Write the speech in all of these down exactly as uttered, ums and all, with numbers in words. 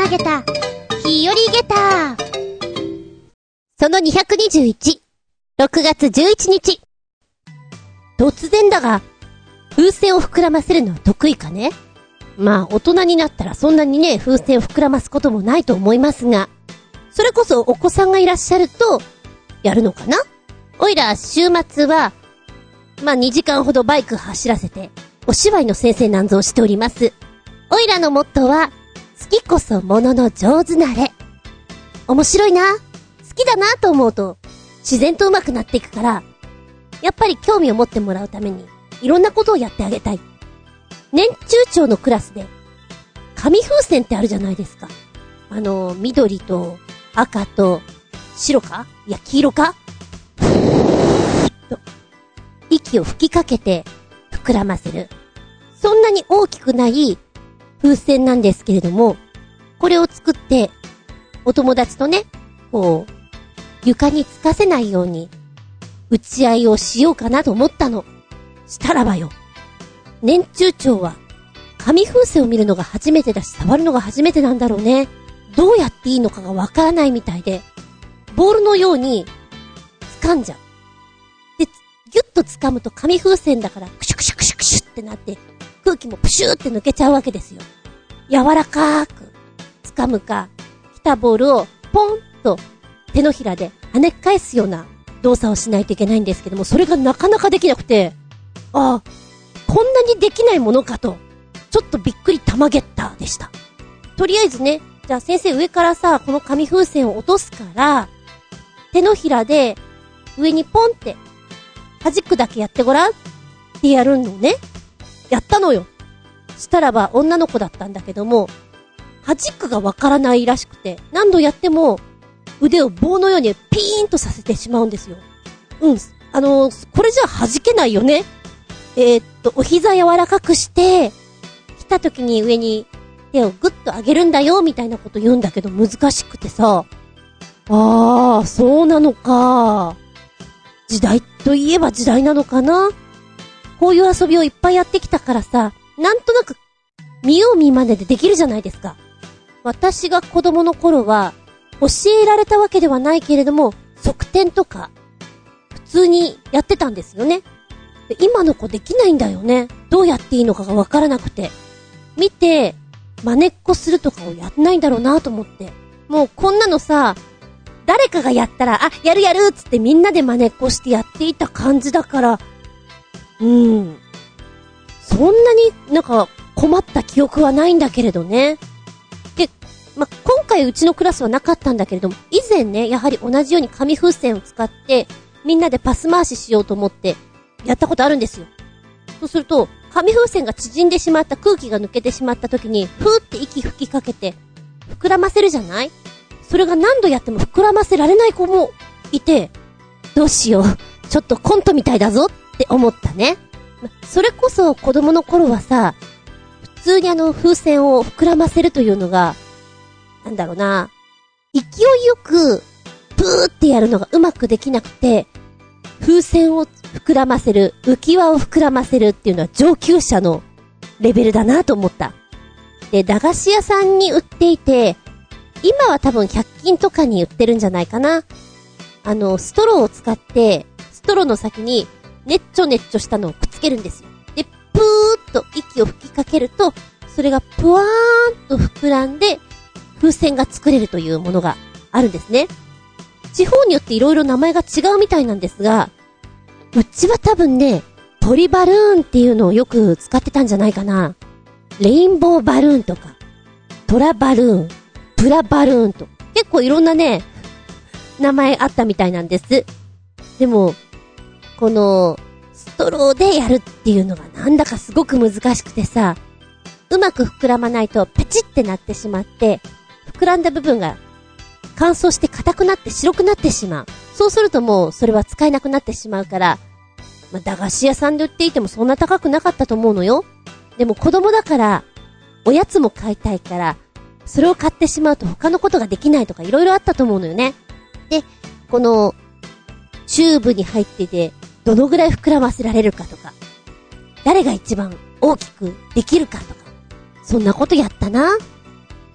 げた、日和げた。そのにひゃくにじゅういち、ろくがつじゅういちにち。突然だが、風船を膨らませるのは得意かね？まあ、大人になったらそんなにね、風船を膨らますこともないと思いますが、それこそお子さんがいらっしゃると、やるのかな？おいら、週末は、まあにじかんほどバイク走らせて、お芝居の先生なんぞをしております。おいらのモットーは、好きこそものの上手なれ。面白いな、好きだなと思うと、自然と上手くなっていくから、やっぱり興味を持ってもらうために、いろんなことをやってあげたい。年中長のクラスで、紙風船ってあるじゃないですか。あの、緑と赤と白か？いや、黄色か？息を吹きかけて膨らませる。そんなに大きくない風船なんですけれども、これを作って、お友達とね、こう、床につかせないように、打ち合いをしようかなと思ったの。したらばよ。年中長は、紙風船を見るのが初めてだし、触るのが初めてなんだろうね。どうやっていいのかがわからないみたいで、ボールのように、掴んじゃう。で、ギュッと掴むと紙風船だから、クシュクシュクシュクシュってなって、空気もプシューって抜けちゃうわけですよ。柔らかーく、掴むか、来たボールを、ポンと、手のひらで跳ね返すような動作をしないといけないんですけども、それがなかなかできなくて、ああ、こんなにできないものかと、ちょっとびっくりたまげったでした。とりあえずね、じゃあ先生上からさ、この紙風船を落とすから、手のひらで上にポンって弾くだけやってごらんってやるのね。やったのよ。したらば女の子だったんだけども、弾くがわからないらしくて、何度やっても腕を棒のようにピーンとさせてしまうんですよ。うん、あのー、これじゃ弾けないよね。えー、っと、お膝柔らかくして、来た時に上に手をグッと上げるんだよ、みたいなこと言うんだけど難しくてさ。あー、そうなのか。時代といえば時代なのかな。こういう遊びをいっぱいやってきたからさ、なんとなく、見よう見まねでできるじゃないですか。私が子供の頃は、教えられたわけではないけれども、側転とか、普通にやってたんですよね。で、今の子できないんだよね。どうやっていいのかがわからなくて。見て、真似っこするとかをやってないんだろうなと思って。もうこんなのさ、誰かがやったら、あ、やるやるっつってみんなで真似っこしてやっていた感じだから、うーん。そんなになんか困った記憶はないんだけれどね。で、ま、今回うちのクラスはなかったんだけれども、以前ね、やはり同じように紙風船を使って、みんなでパス回ししようと思って、やったことあるんですよ。そうすると、紙風船が縮んでしまった、空気が抜けてしまった時に、ふーって息吹きかけて、膨らませるじゃない？それが何度やっても膨らませられない子もいて、どうしよう、ちょっとコントみたいだぞって思ったね。それこそ子供の頃はさ、普通にあの風船を膨らませるというのが、なんだろうな、勢いよく、プーってやるのがうまくできなくて、風船を膨らませる、浮き輪を膨らませるっていうのは上級者のレベルだなと思った。で、駄菓子屋さんに売っていて、今は多分ひゃく均とかに売ってるんじゃないかな。あの、ストローを使って、ストローの先にねっちょねっちょしたのをくっつけるんですよ。で、プーッと息を吹きかけると、それがぷわーんと膨らんで、風船が作れるというものがあるんですね。地方によっていろいろ名前が違うみたいなんですが、うちは多分ね、ポリバルーンっていうのをよく使ってたんじゃないかな。レインボーバルーンとか、トラバルーン、プラバルーンと、結構いろんなね、名前あったみたいなんです。でも、この、ストローでやるっていうのがなんだかすごく難しくてさ、うまく膨らまないとペチってなってしまって、膨らんだ部分が乾燥して硬くなって白くなってしまう。そうするともうそれは使えなくなってしまうから、まあ、駄菓子屋さんで売っていてもそんな高くなかったと思うのよ。でも子供だから、おやつも買いたいから、それを買ってしまうと他のことができないとかいろいろあったと思うのよね。で、この、チューブに入ってて、どのぐらい膨らませられるかとか、誰が一番大きくできるかとか、そんなことやったな。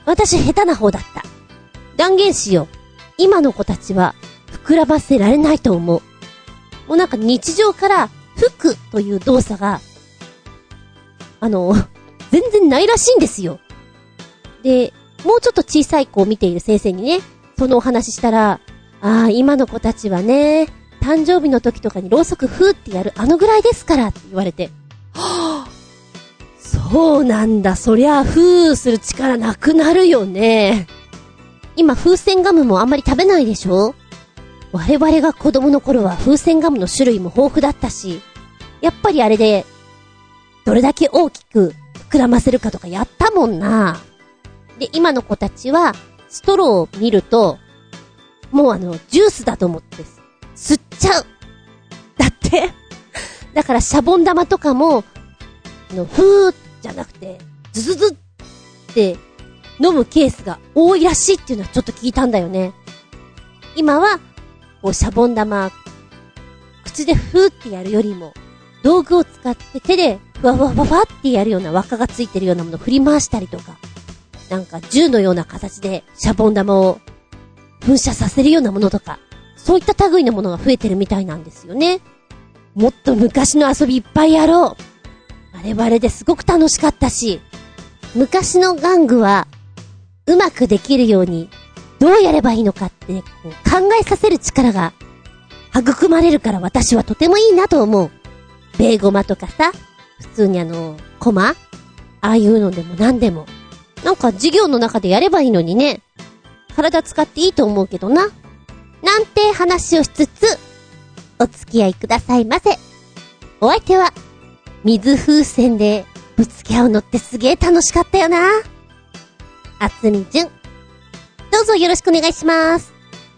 私下手な方だった。断言しよう。今の子たちは膨らませられないと思う。もうなんか日常から吹くという動作が、あの、全然ないらしいんですよ。で、もうちょっと小さい子を見ている先生にね、そのお話ししたら、ああ、今の子たちはね、誕生日の時とかにろうそくふーってやるあのぐらいですからって言われて、はぁ、そうなんだ、そりゃあふーする力なくなるよね。今風船ガムもあんまり食べないでしょ？我々が子供の頃は風船ガムの種類も豊富だったし、やっぱりあれで、どれだけ大きく膨らませるかとかやったもんな。で、今の子たちは、ストローを見ると、もうあの、ジュースだと思って吸っちゃう。だって。だからシャボン玉とかも、あの、ふーじゃなくて、ズズズって飲むケースが多いらしいっていうのはちょっと聞いたんだよね。今は、こうシャボン玉、口でふーってやるよりも、道具を使って手でふわふわふわふわってやるような輪っかがついてるようなものを振り回したりとか、なんか銃のような形でシャボン玉を噴射させるようなものとか、そういった類のものが増えてるみたいなんですよね。もっと昔の遊びいっぱいやろう。あれはあれですごく楽しかったし、昔の玩具はうまくできるようにどうやればいいのかってこう考えさせる力が育まれるから私はとてもいいなと思う。ベーゴマとかさ、普通にあのコマ、ああいうのでも何でもなんか授業の中でやればいいのにね。体使っていいと思うけどな。なんて話をしつつ、お付き合いくださいませ。お相手は、水風船でぶつけ合うのってすげえ楽しかったよな。あつみじゅん。どうぞよろしくお願いします。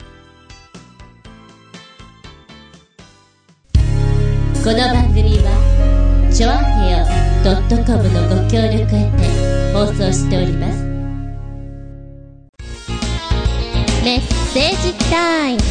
この番組は、ちょあへよ .com のご協力へて放送しております。メッセージタイム。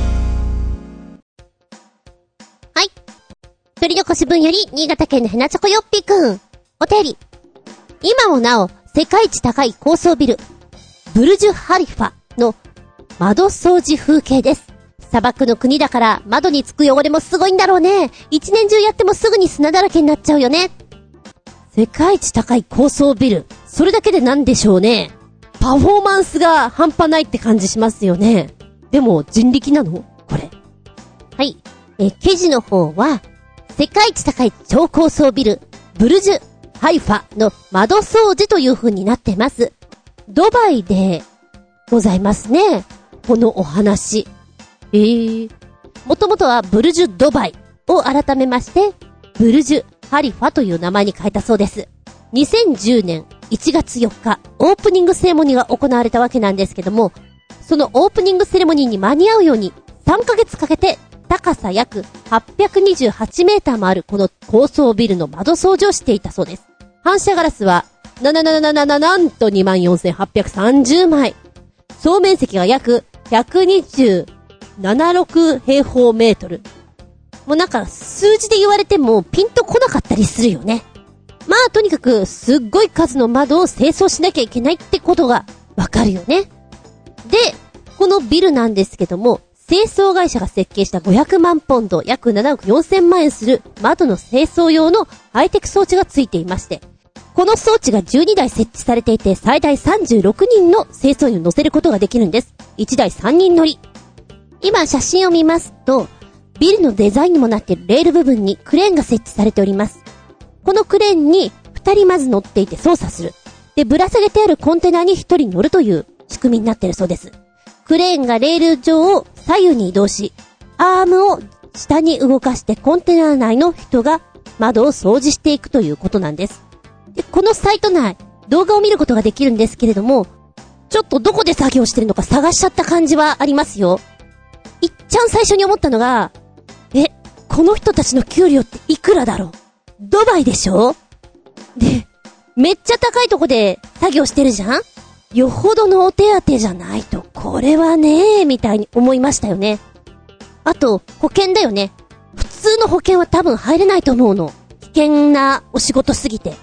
はい。鳥の腰分より、新潟県のヘナチョコヨッピーくん。お便り。今もなお、世界一高い高層ビル、ブルジュ・ハリファの窓掃除風景です。砂漠の国だから窓につく汚れもすごいんだろうね。一年中やってもすぐに砂だらけになっちゃうよね。世界一高い高層ビル。それだけでなんでしょうね。パフォーマンスが半端ないって感じしますよね。でも人力なの？これ。はい。え、記事の方は、世界一高い超高層ビル、ブルジュ・ハイファの窓掃除という風になってます。ドバイでございますね。このお話。えー。もともとはブルジュ・ドバイを改めまして、ブルジュ・ハリファという名前に変えたそうです。にせんじゅうねんいちがつよっか、オープニングセレモニーが行われたわけなんですけども、そのオープニングセレモニーに間に合うようにさんかげつかけて高さ約はっぴゃくにじゅうはちメーターもあるこの高層ビルの窓掃除をしていたそうです。反射ガラスはなななななななんと にまんよんせんはっぴゃくさんじゅうまい。総面積が約ひゃくにじゅうななじゅうろくへいほうメートル。もうなんか数字で言われてもピンとこなかったりするよね。まあとにかくすっごい数の窓を清掃しなきゃいけないってことがわかるよね。で、このビルなんですけども、清掃会社が設計したごひゃくまんポンド、約ななおくよんせんまんえんする窓の清掃用のハイテク装置がついていまして、この装置がじゅうにだい設置されていて、最大さんじゅうろくにんの清掃員を乗せることができるんです。いちだいさんにん乗り。今写真を見ますと、ビルのデザインにもなっているレール部分にクレーンが設置されております。このクレーンにふたりまず乗っていて操作する。で、ぶら下げてあるコンテナにひとり乗るという仕組みになっているそうです。クレーンがレール上を左右に移動し、アームを下に動かしてコンテナ内の人が窓を掃除していくということなんです。で、このサイト内、動画を見ることができるんですけれども、ちょっとどこで作業してるのか探しちゃった感じはありますよ。いっちゃん最初に思ったのが、え、この人たちの給料っていくらだろう？ドバイでしょ？で、めっちゃ高いとこで作業してるじゃん？よほどのお手当じゃないと、これはねー、みたいに思いましたよね。あと、保険だよね。普通の保険は多分入れないと思うの。危険なお仕事すぎて。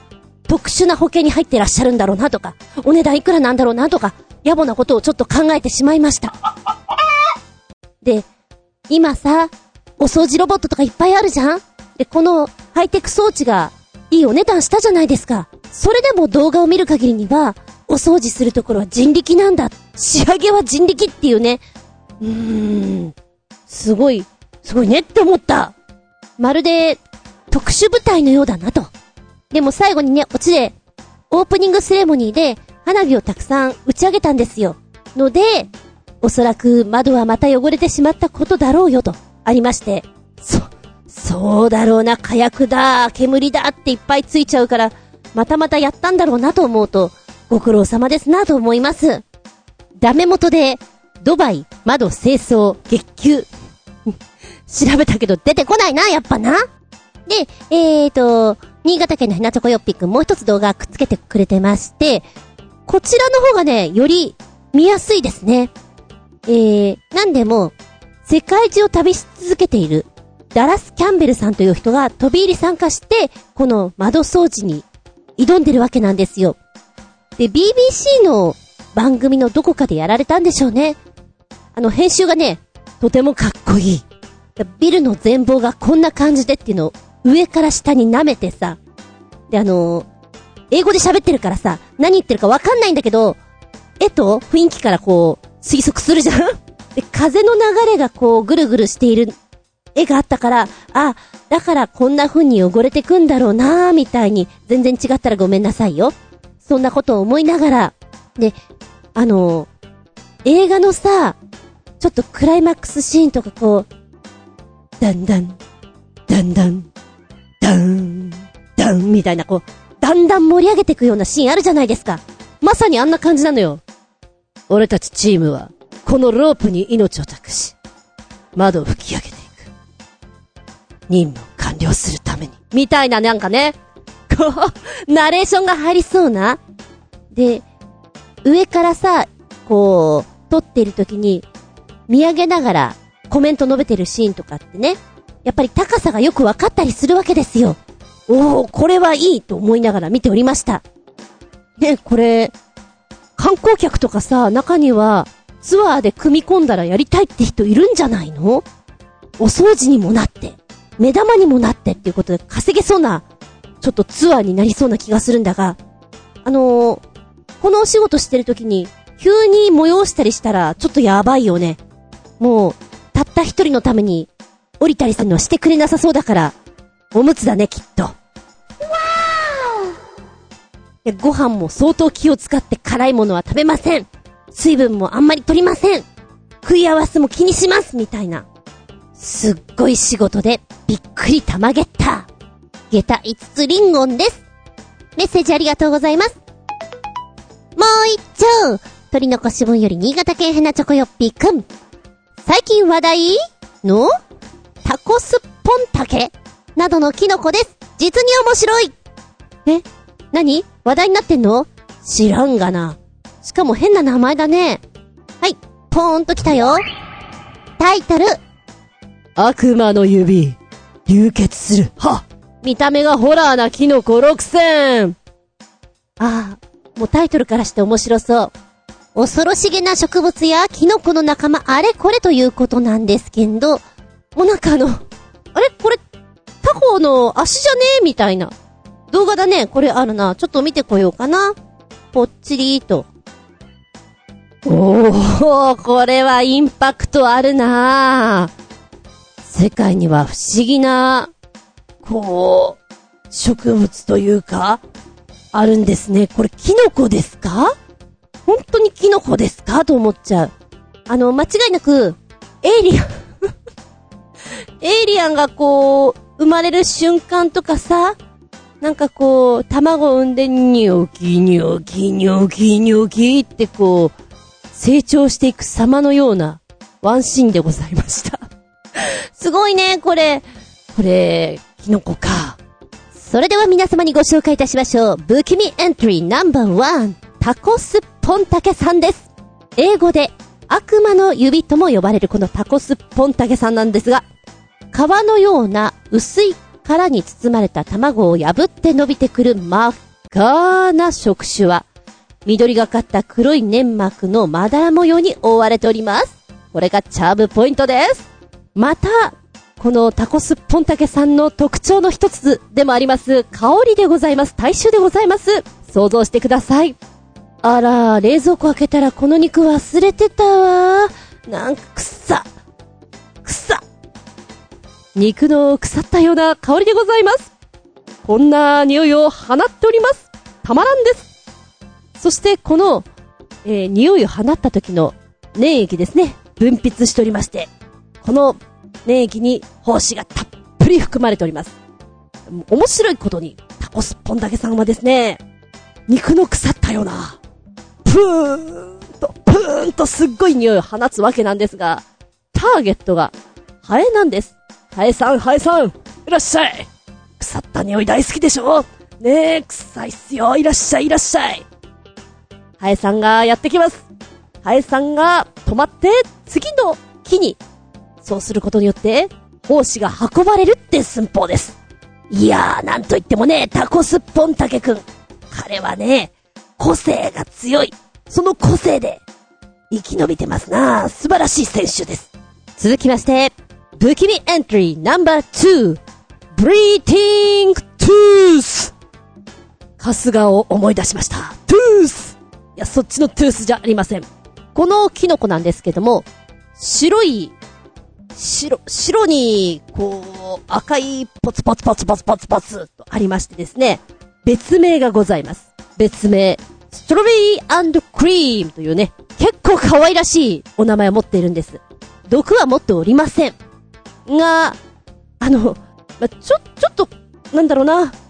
特殊な保険に入ってらっしゃるんだろうなとか、お値段いくらなんだろうなとか、野暮なことをちょっと考えてしまいました。で、今さ、お掃除ロボットとかいっぱいあるじゃん？で、このハイテク装置がいいお値段したじゃないですか。それでも動画を見る限りには、お掃除するところは人力なんだ。仕上げは人力っていうね。うーん。すごい、すごいねって思った。まるで、特殊部隊のようだなと。でも最後にね、オチで、オープニングセレモニーで、花火をたくさん打ち上げたんですよ。ので、おそらく窓はまた汚れてしまったことだろうよと、ありまして。そ、そうだろうな、火薬だ、煙だっていっぱいついちゃうから、またまたやったんだろうなと思うと、ご苦労様ですなと思います。ダメ元で、ドバイ、窓清掃、月給。調べたけど出てこないな、やっぱな。で、えーと、新潟県のひなちょこよっぴくんもう一つ動画くっつけてくれてまして、こちらの方がね、より見やすいですね。えー、なんでも、世界中を旅し続けている、ダラス・キャンベルさんという人が飛び入り参加して、この窓掃除に挑んでるわけなんですよ。で、ビービーシー の番組のどこかでやられたんでしょうね。あの、編集がね、とてもかっこいい。ビルの全貌がこんな感じでっていうのを上から下に舐めてさ。で、あのー、英語で喋ってるからさ、何言ってるかわかんないんだけど、絵と雰囲気からこう、推測するじゃん。で、風の流れがこう、ぐるぐるしている絵があったから、あ、だからこんな風に汚れてくんだろうなーみたいに、全然違ったらごめんなさいよ。そんなことを思いながら、で、あのー、映画のさ、ちょっとクライマックスシーンとかこう、だんだん、だんだん、だん、だんみたいなこう、だんだん盛り上げていくようなシーンあるじゃないですか。まさにあんな感じなのよ。俺たちチームは、このロープに命を託し、窓を吹き上げていく。任務を完了するために。みたいななんかね、こう、ナレーションが入りそうな。で、上からさ、こう、撮っている時に、見上げながらコメント述べてるシーンとかってね、やっぱり高さがよく分かったりするわけですよ。おー、これはいいと思いながら見ておりました。ね、これ、観光客とかさ、中にはツアーで組み込んだらやりたいって人いるんじゃないの？お掃除にもなって、目玉にもなってっていうことで稼げそうな、ちょっとツアーになりそうな気がするんだが、あのー、このお仕事してる時に、急に催したりしたら、ちょっとやばいよね。もう、たった一人のために、降りたりするのはしてくれなさそうだから、おむつだね、きっと。わー！で、ご飯も相当気を使って辛いものは食べません。水分もあんまり取りません。食い合わせも気にします、みたいな。すっごい仕事で、びっくり玉ゲッター。下駄いつつリンゴンです。メッセージありがとうございます。もう一丁、鳥のこしぶんより新潟県へなチョコヨッピーくん。最近話題のタコスポンタケなどのキノコです。実に面白い。え？何？話題になってんの？知らんがな。しかも変な名前だね。はい、ポーンと来たよ。タイトル。悪魔の指、流血する。は！見た目がホラーなキノコろくせん。ああ、もうタイトルからして面白そう。恐ろしげな植物やキノコの仲間あれこれということなんですけど、もうなんかあの、あれこれ、タコの足じゃねえみたいな動画だね。これあるな。ちょっと見てこようかな。ぽっちりーと。おー、これはインパクトあるな。世界には不思議な、こう、植物というか、あるんですね。これキノコですか？本当にキノコですかと思っちゃう。あの、間違いなく、エイリアン。エイリアンがこう、生まれる瞬間とかさ、なんかこう、卵を産んで、ニョキニョキニョキニョキってこう、成長していく様のようなワンシーンでございました。すごいね、これ。これ、キノコか。それでは皆様にご紹介いたしましょう。不気味エントリーナンバーワン。タコスポンタケさんです。英語で悪魔の指とも呼ばれるこのタコスポンタケさんなんですが、皮のような薄い殻に包まれた卵を破って伸びてくる真っかな触手は、緑がかった黒い粘膜のまだら模様に覆われております。これがチャームポイントです。また、このタコスポンタケさんの特徴の一つでもあります、香りでございます。体臭でございます。想像してください。あら、冷蔵庫開けたらこの肉忘れてたわ。なんか臭臭肉の腐ったような香りでございます。こんな匂いを放っております。たまらんです。そしてこの、えー、匂いを放った時の粘液ですね、分泌しておりまして、この粘液に胞子がたっぷり含まれております。面白いことにタコスポンタケさんはですね、肉の腐ったようなプーンとプーンとすっごい匂いを放つわけなんですが、ターゲットがハエなんです。ハエさんハエさんいらっしゃい。腐った匂い大好きでしょねえ、臭いっすよ。いらっしゃいいらっしゃい。ハエさんがやってきます。ハエさんが止まって次の木に、そうすることによって胞子が運ばれるって寸法です。いやー、なんといってもね、タコスポンタケくん、彼はね、個性が強い。その個性で生き延びてますな。素晴らしい選手です。続きまして、不気味エントリーナンバーツー、ブリーティングトゥース。春日を思い出しました。トゥース。いや、そっちのトゥースじゃありません。このキノコなんですけども、白い、白、白に、こう、赤いポツポツポツポツポツポツとありましてですね、別名がございます。別名、ストロベリー&クリームというね、結構可愛らしいお名前を持っているんです。毒は持っておりません。が、あの、ま、ちょ、ちょっと、なんだろうな。う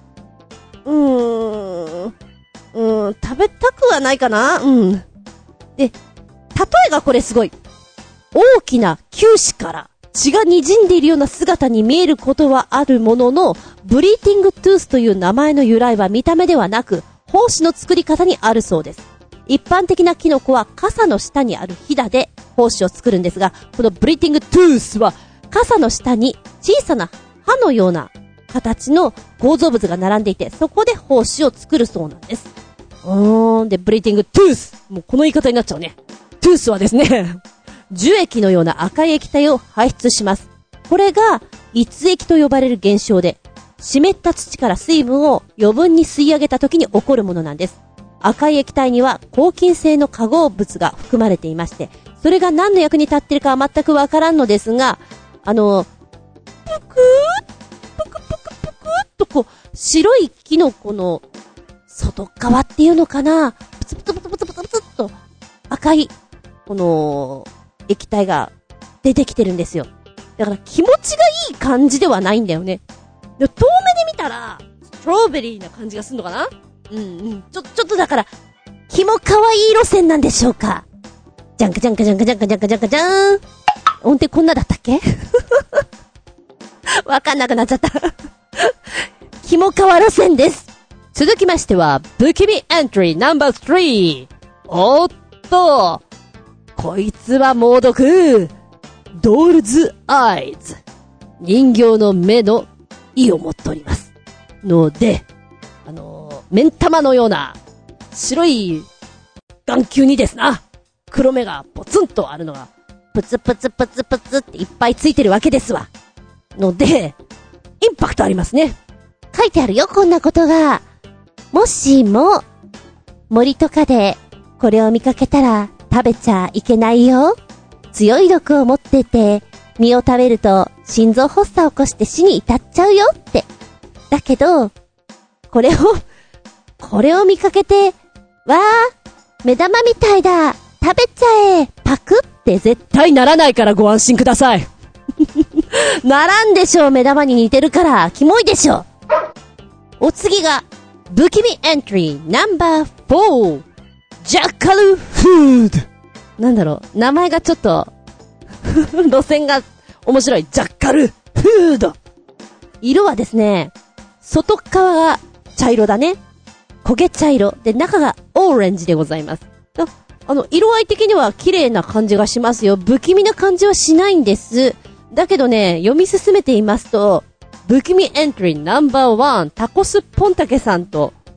ーん、うーん、食べたくはないかな。うん。で、例えがこれすごい。大きな球歯から血が滲んでいるような姿に見えることはあるものの、ブリーティングトゥースという名前の由来は見た目ではなく、胞子の作り方にあるそうです。一般的なキノコは傘の下にあるヒダで胞子を作るんですが、このブリーティングトゥースは傘の下に小さな歯のような形の構造物が並んでいて、そこで胞子を作るそうなんです。うーん、で、ブリーティングトゥース。もうこの言い方になっちゃうね。トゥースはですね、樹液のような赤い液体を排出します。これが、逸液と呼ばれる現象で、湿った土から水分を余分に吸い上げた時に起こるものなんです。赤い液体には抗菌性の化合物が含まれていまして、それが何の役に立っているかは全くわからんのですが、あの、ぷくーっ、ぷくぷくぷくーっとこう、白いキノコの外側っていうのかな、プツプツプツプツプツプツっと赤い、この、液体が出てきてるんですよ。だから気持ちがいい感じではないんだよね。で遠目で見たら、ストロベリーな感じがするのかな。うんうん。ちょ、ちょっとだから、キモ可愛い路線なんでしょうか。ジャンカジャンカジャンカジャンカジャンカジャンカジャーン。音程こんなだったっけわかんなくなっちゃった。キモ可愛路線です。続きましては、不気味エントリーナンバースリー。おっと、こいつは猛毒。ドールズアイズ。人形の目の意を持っております。ので、あのー、目ん玉のような白い眼球にですな、黒目がポツンとあるのが、プツプツプツプツっていっぱいついてるわけですわ。ので、インパクトありますね。書いてあるよ、こんなことが。もしも、森とかでこれを見かけたら食べちゃいけないよ。強い毒を持ってて、実を食べると心臓発作を起こして死に至っちゃうよって。だけど、これを、これを見かけて、わー、目玉みたいだ、食べちゃえ、パクって絶対ならないからご安心ください。ならんでしょう、目玉に似てるから、キモいでしょ。お次が、不気味エントリーナンバーフォー、ジャッカルフード。なんだろう、名前がちょっと、路線が面白い。ジャッカルフード。色はですね、外側が茶色だね。焦げ茶色。で、中がオレンジでございます。あの、色合い的には綺麗な感じがしますよ。不気味な感じはしないんです。だけどね、読み進めていますと、不気味エントリーナンバーワン、タコスポンタケさんと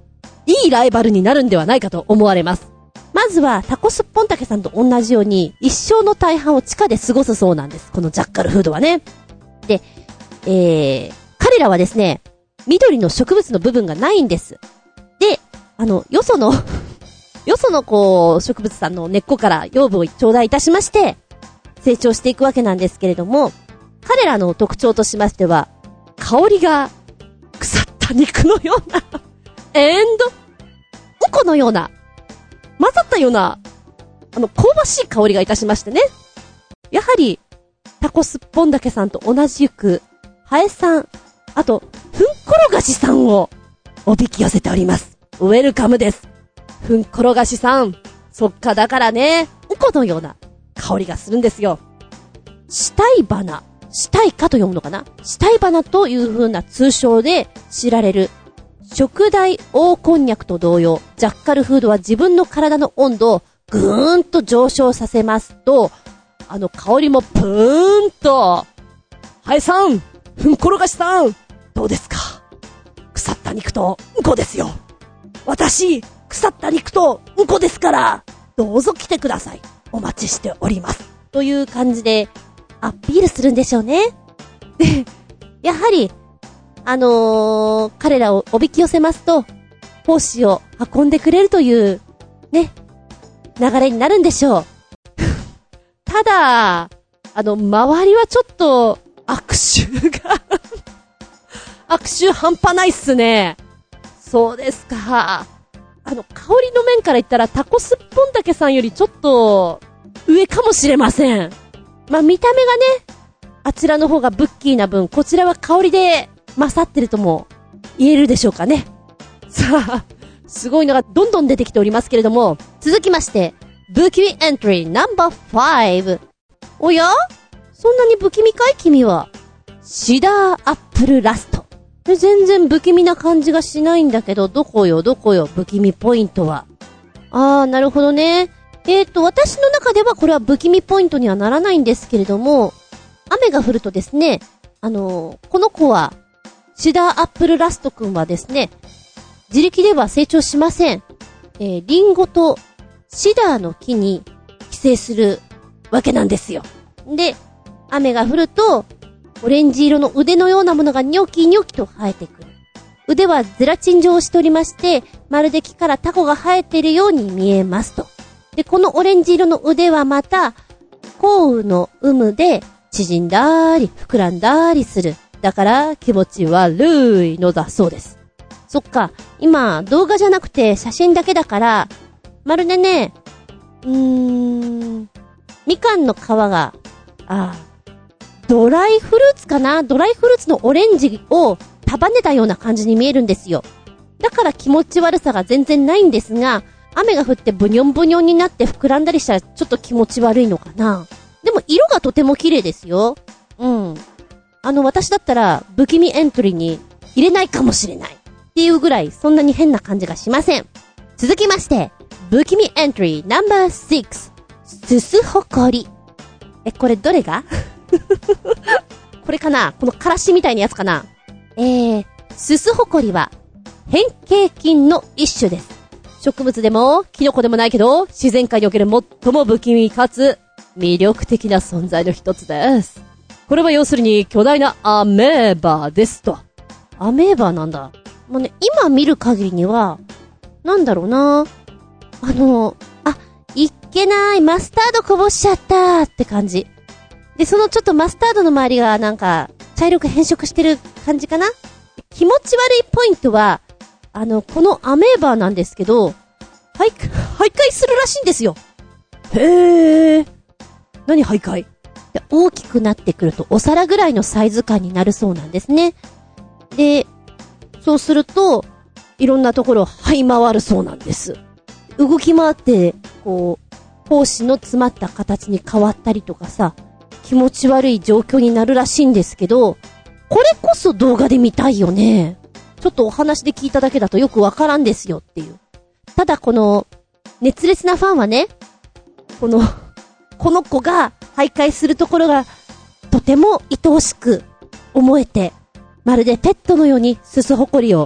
いいライバルになるんではないかと思われます。まずはタコスポンタケさんと同じように一生の大半を地下で過ごすそうなんです。このジャッカルフードはね。で、えー、彼らはですね、緑の植物の部分がないんです。で、あの、よその、よそのこう、植物さんの根っこから養分を頂戴いたしまして、成長していくわけなんですけれども、彼らの特徴としましては、香りが腐った肉のような、エンド、ウコのような、混ざったような、あの、香ばしい香りがいたしましてね。やはり、タコスポンダケさんと同じく、ハエさん、あと、フンコロガシさんをおびき寄せております。ウェルカムです。フンコロガシさん。そっか、だからね、ウコのような香りがするんですよ。シタイバナ、シタイカと読むのかな、シタイバナという風な通称で知られる、食大黄こんにゃくと同様、ジャッカルフードは自分の体の温度をぐーんと上昇させますと、あの香りもプーンと、ハエさん、フンコロガシさん、どうですか？腐った肉とうんこですよ。私、腐った肉とうんこですから、どうぞ来てください。お待ちしております。という感じで、アピールするんでしょうね。で、やはり、あのー、彼らをおびき寄せますと、胞子を運んでくれるという、ね、流れになるんでしょう。ただ、あの、周りはちょっと、悪臭が、悪臭半端ないっすね。そうですか。あの、香りの面から言ったら、タコスポンタケさんよりちょっと、上かもしれません。まあ、見た目がね、あちらの方がブッキーな分、こちらは香りで勝ってるとも言えるでしょうかね。さあ、すごいのがどんどん出てきておりますけれども、続きまして、不気味エントリーナンバーファイブ。おや？そんなに不気味かい君は？シダーアップルラスト。全然不気味な感じがしないんだけど、どこよどこよ不気味ポイントは。あー、なるほどね。えーと、私の中ではこれは不気味ポイントにはならないんですけれども、雨が降るとですね、あのー、この子は、シダーアップルラストくんはですね、自力では成長しません。えー、リンゴとシダーの木に寄生するわけなんですよ。で、雨が降ると、オレンジ色の腕のようなものがニョキニョキと生えてくる。腕はゼラチン状をしておりまして、まるで木からタコが生えているように見えますと。で、このオレンジ色の腕はまた、降雨の有無で縮んだり膨らんだりする。だから気持ち悪いのだそうです。そっか、今動画じゃなくて写真だけだから、まるでね、うーん、みかんの皮が、ああ、ドライフルーツかな？ドライフルーツのオレンジを束ねたような感じに見えるんですよ。だから気持ち悪さが全然ないんですが、雨が降ってブニョンブニョンになって膨らんだりしたらちょっと気持ち悪いのかな。でも色がとても綺麗ですよ。うん。あの私だったら不気味エントリーに入れないかもしれないっていうぐらいそんなに変な感じがしません。続きまして、不気味エントリーナンバーシックス、すすほこり。え、これどれがこれかな？このからしみたいなやつかな？えー、すすほこりは変形菌の一種です。植物でもキノコでもないけど、自然界における最も不気味かつ魅力的な存在の一つです。これは要するに巨大なアメーバですと。アメーバなんだ。もうね、今見る限りには、なんだろうな。あの、あ、いっけない、マスタードこぼしちゃったって感じ。で、そのちょっとマスタードの周りがなんか、茶色く変色してる感じかな。気持ち悪いポイントは、あの、このアメーバーなんですけど、はい、徘徊するらしいんですよ。へー。何徘徊？で、大きくなってくるとお皿ぐらいのサイズ感になるそうなんですね。で、そうすると、いろんなところを這い回るそうなんです。動き回って、こう、胞子の詰まった形に変わったりとかさ、気持ち悪い状況になるらしいんですけど、これこそ動画で見たいよね。ちょっとお話で聞いただけだとよくわからんですよっていう。ただこの、熱烈なファンはね、この、この子が徘徊するところが、とても愛おしく思えて、まるでペットのようにすすほこりを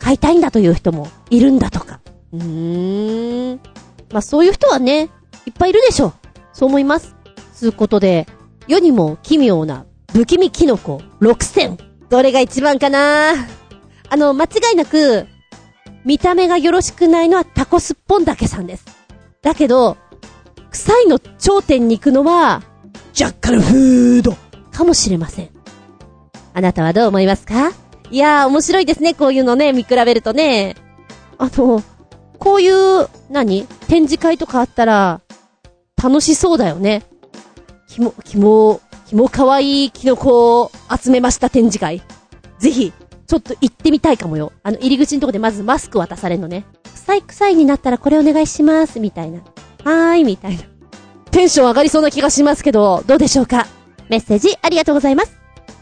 買いたいんだという人もいるんだとか。うーん。まあそういう人はね、いっぱいいるでしょう。そう思います。つうことで、世にも奇妙な不気味キノコろくせん。どれが一番かな？あの、間違いなく、見た目がよろしくないのはタコスッポンだけさんです。だけど、臭いの頂点に行くのは、ジャッカルフードかもしれません。あなたはどう思いますか？いやー、面白いですね、こういうのね、見比べるとね。あの、こういう、何？展示会とかあったら、楽しそうだよね。きも、きも、きもかわいいキノコを集めました展示会。ぜひ、ちょっと行ってみたいかもよ。あの、入り口のとこでまずマスク渡されるのね。臭い臭いになったらこれお願いします、みたいな。はーい、みたいな。テンション上がりそうな気がしますけど、どうでしょうか？メッセージありがとうございます。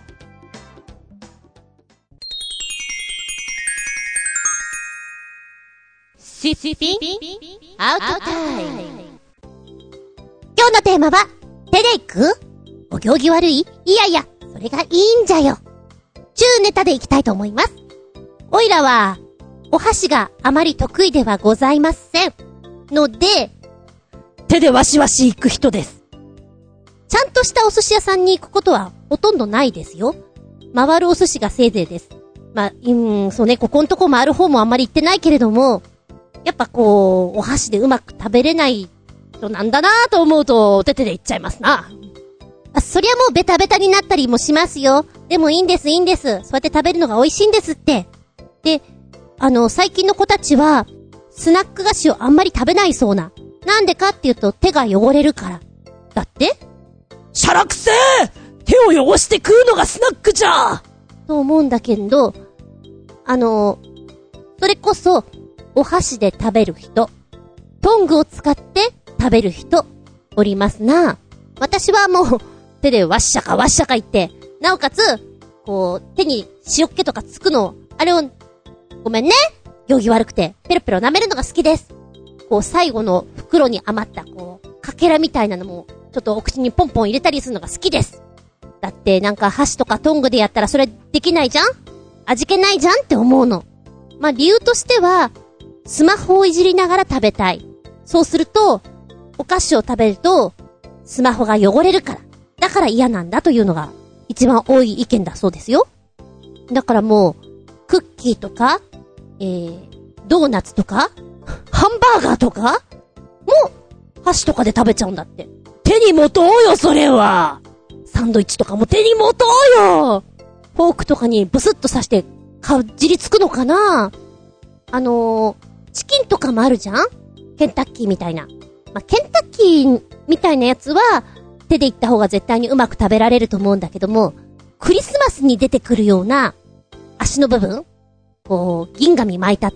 シッピンアウトタイム。 今日のテーマは、手でいく？お行儀悪い？いやいや、それがいいんじゃよ。中ネタでいきたいと思います。おいらは、お箸があまり得意ではございません。ので、手でワシワシ行く人です。ちゃんとしたお寿司屋さんに行くことはほとんどないですよ。回るお寿司がせいぜいです。まあ、うーん、そうね、ここんとこ回る方もあんまり行ってないけれども、やっぱこう、お箸でうまく食べれない人なんだなぁと思うと、手手で行っちゃいますな。あ、そりゃもうベタベタになったりもしますよ。でもいいんです、いいんです。そうやって食べるのが美味しいんですって。で、あの、最近の子たちは、スナック菓子をあんまり食べないそうな。なんでかっていうと、手が汚れるから。だってシャラくせー！手を汚して食うのがスナックじゃ！ と思うんだけど、あの、それこそ、お箸で食べる人、トングを使って食べる人、おりますな。私はもう、手でワッシャカワッシャカ言って、なおかつ、こう、手に塩っ気とかつくの、あれを、ごめんね、行儀悪くて、ペロペロ舐めるのが好きです。こう、最後の袋に余った、こう、かけらみたいなのも、ちょっとお口にポンポン入れたりするのが好きです。だって、なんか箸とかトングでやったらそれできないじゃん？味気ないじゃんって思うの。まあ、理由としては、スマホをいじりながら食べたい。そうすると、お菓子を食べると、スマホが汚れるから。だから嫌なんだというのが、一番多い意見だそうですよ。だからもう、クッキーとか、えー、ドーナツとか、ハンバーガーとかも、箸とかで食べちゃうんだって。 手に持とうよ、それは。 サンドイッチとかも手に持とうよ。フォークとかにブスッと刺して、かじりつくのかな？あのー、チキンとかもあるじゃん？ケンタッキーみたいな。まあ、ケンタッキーみたいなやつは、手でいった方が絶対にうまく食べられると思うんだけども、クリスマスに出てくるような、足の部分？こう、銀紙巻いたって、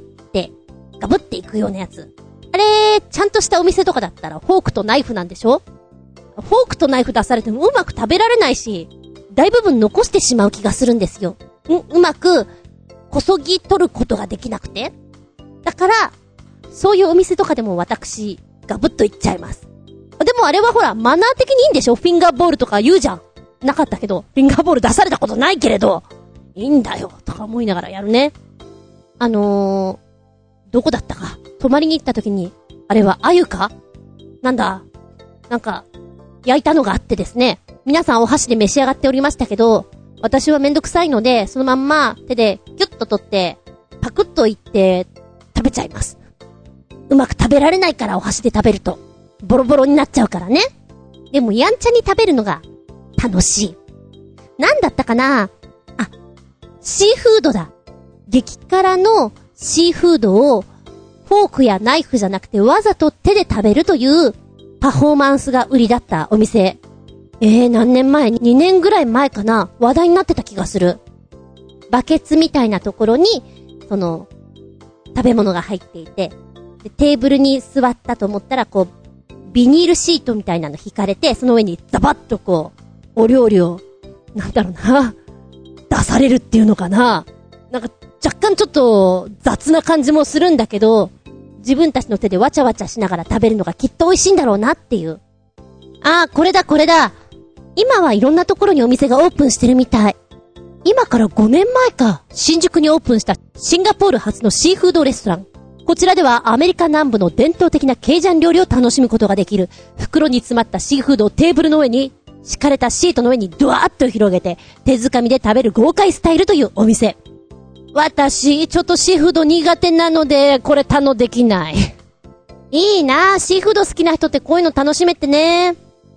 ガブっていくようなやつ。あれ、ちゃんとしたお店とかだったら、フォークとナイフなんでしょ？フォークとナイフ出されてもうまく食べられないし、大部分残してしまう気がするんですよ。う、うまく、こそぎ取ることができなくて。だから、そういうお店とかでも私、ガブッといっちゃいます。でもあれはほら、マナー的にいいんでしょ？フィンガーボールとか言うじゃん。なかったけど、フィンガーボール出されたことないけれど、いいんだよ、とか思いながらやるね。あのー、どこだったか。泊まりに行った時に、あれは鮎か？なんだ、なんか、焼いたのがあってですね。皆さんお箸で召し上がっておりましたけど、私はめんどくさいので、そのまんま手でキュッと取って、パクッといって食べちゃいます。うまく食べられないからお箸で食べると、ボロボロになっちゃうからね。でもやんちゃに食べるのが楽しい。なんだったかな？あ、シーフードだ。激辛のシーフードをフォークやナイフじゃなくてわざと手で食べるというパフォーマンスが売りだったお店。えー、何年前？にねんぐらい前かな？話題になってた気がする。バケツみたいなところに、その、食べ物が入っていて、でテーブルに座ったと思ったら、こう、ビニールシートみたいなの引かれて、その上にザバッとこう、お料理を、なんだろうな、出されるっていうのかな。なんか、若干ちょっと雑な感じもするんだけど、自分たちの手でわちゃわちゃしながら食べるのがきっと美味しいんだろうなっていう。あー、これだこれだ。今はいろんなところにお店がオープンしてるみたい。 今からごねんまえか、新宿にオープンしたシンガポール初のシーフードレストラン。こちらではアメリカ南部の伝統的なケイジャン料理を楽しむことができる。袋に詰まったシーフードをテーブルの上に、敷かれたシートの上にドワーッと広げて、手づかみで食べる豪快スタイルというお店。私、ちょっとシーフード苦手なので、これ頼できない。いいなぁ、シーフード好きな人ってこういうの楽しめてね。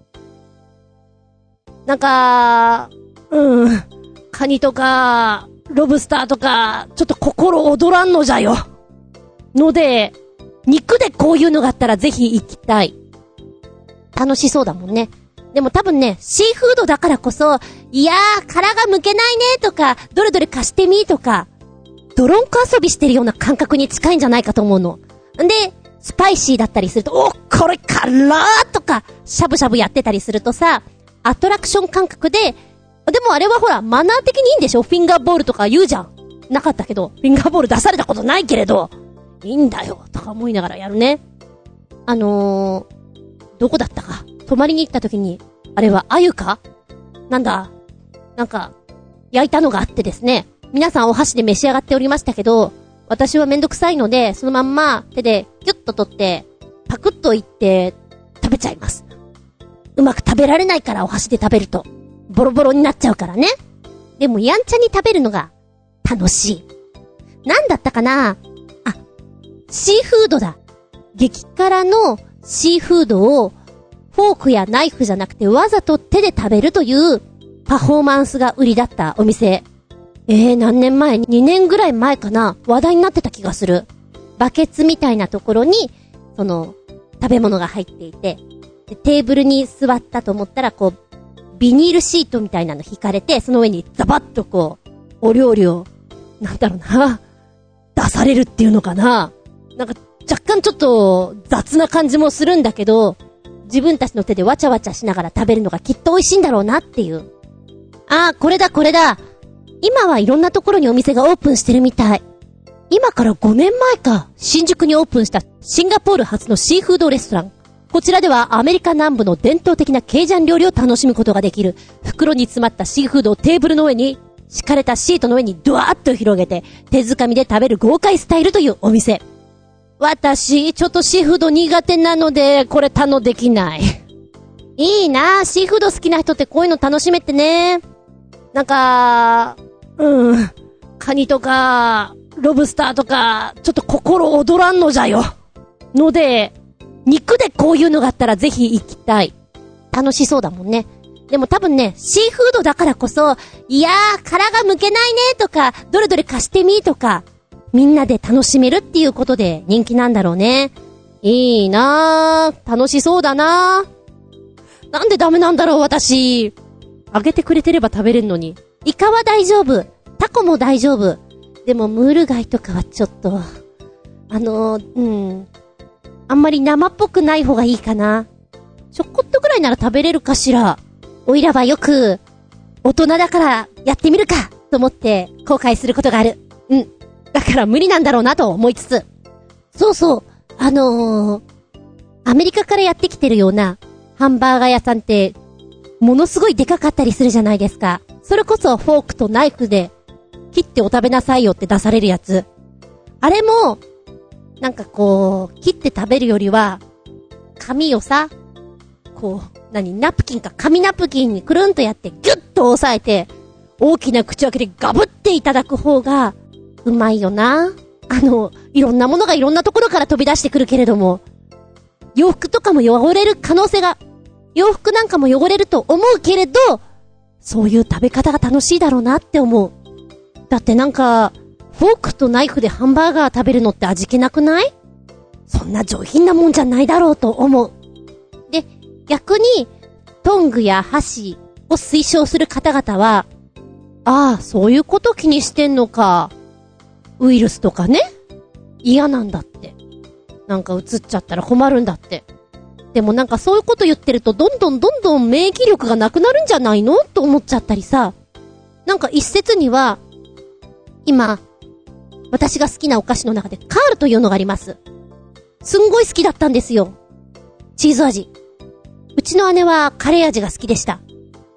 なんか、うん、カニとか、ロブスターとか、ちょっと心躍らんのじゃよ。ので、肉でこういうのがあったらぜひ行きたい。楽しそうだもんね。でも多分ね、シーフードだからこそ、いやー、殻が剥けないねとか、どれどれ貸してみとか、ドロンコ遊びしてるような感覚に近いんじゃないかと思うの。んで、スパイシーだったりすると、お、これ辛ーとか、しゃぶしゃぶやってたりするとさ、アトラクション感覚で、でもあれはほら、マナー的にいいんでしょ？フィンガーボールとか言うじゃん。なかったけど、フィンガーボール出されたことないけれど、いいんだよ、とか思いながらやるね。あのー、どこだったか。泊まりに行った時に、あれは鮎か？なんだ、なんか、焼いたのがあってですね。皆さんお箸で召し上がっておりましたけど、私はめんどくさいので、そのまんま手でギュッと取って、パクッといって食べちゃいます。うまく食べられないからお箸で食べると、ボロボロになっちゃうからね。でもやんちゃに食べるのが楽しい。なんだったかな？あ、シーフードだ。激辛のシーフードをフォークやナイフじゃなくてわざと手で食べるというパフォーマンスが売りだったお店。えー、何年前？にねんぐらい前かな？話題になってた気がする。バケツみたいなところに、その、食べ物が入っていて、でテーブルに座ったと思ったら、こう、ビニールシートみたいなの引かれて、その上にザバッとこう、お料理を、なんだろうな、出されるっていうのかな。なんか、若干ちょっと雑な感じもするんだけど、自分たちの手でわちゃわちゃしながら食べるのがきっと美味しいんだろうなっていう。あー、これだこれだ。今はいろんなところにお店がオープンしてるみたい。今からごねんまえか、新宿にオープンしたシンガポール初のシーフードレストラン。こちらではアメリカ南部の伝統的なケイジャン料理を楽しむことができる。袋に詰まったシーフードをテーブルの上に、敷かれたシートの上にドワーッと広げて、手づかみで食べる豪快スタイルというお店。私、ちょっとシーフード苦手なので、これ頼できない。いいなぁ、シーフード好きな人ってこういうの楽しめてね。なんか、うん、カニとか、ロブスターとか、ちょっと心躍らんのじゃよ。ので、肉でこういうのがあったらぜひ行きたい。楽しそうだもんね。でも多分ね、シーフードだからこそ、いやー、殻が剥けないねとか、どれどれ貸してみとか、みんなで楽しめるっていうことで人気なんだろうね。いいなー、楽しそうだなー。なんでダメなんだろう私。あげてくれてれば食べれるのに。イカは大丈夫。タコも大丈夫。でもムール貝とかはちょっと、あのー、うん。あんまり生っぽくない方がいいかな。ちょこっとぐらいなら食べれるかしら。おいらはよく、大人だからやってみるかと思って後悔することがある。うん。だから無理なんだろうなと思いつつ。そうそう。あのー、アメリカからやってきてるようなハンバーガー屋さんって、ものすごいでかかったりするじゃないですか。それこそフォークとナイフで切ってお食べなさいよって出されるやつ。あれも、なんかこう、切って食べるよりは、紙をさ、こう、何、ナプキンか、紙ナプキンにくるんとやってギュッと押さえて、大きな口を開けてガブっていただく方が、うまいよな。あの、いろんなものがいろんなところから飛び出してくるけれども、洋服とかも汚れる可能性が、洋服なんかも汚れると思うけれど、そういう食べ方が楽しいだろうなって思う。だってなんか、フォークとナイフでハンバーガー食べるのって味気なくない？そんな上品なもんじゃないだろうと思う。で、逆に、トングや箸を推奨する方々は、ああ、そういうこと気にしてんのか。ウイルスとかね。嫌なんだって。なんか映っちゃったら困るんだって。でもなんかそういうこと言ってるとどんどんどんどん免疫力がなくなるんじゃないのと思っちゃったりさ。なんか一説には、今、私が好きなお菓子の中でカールというのがあります。すんごい好きだったんですよ。チーズ味。うちの姉はカレー味が好きでした。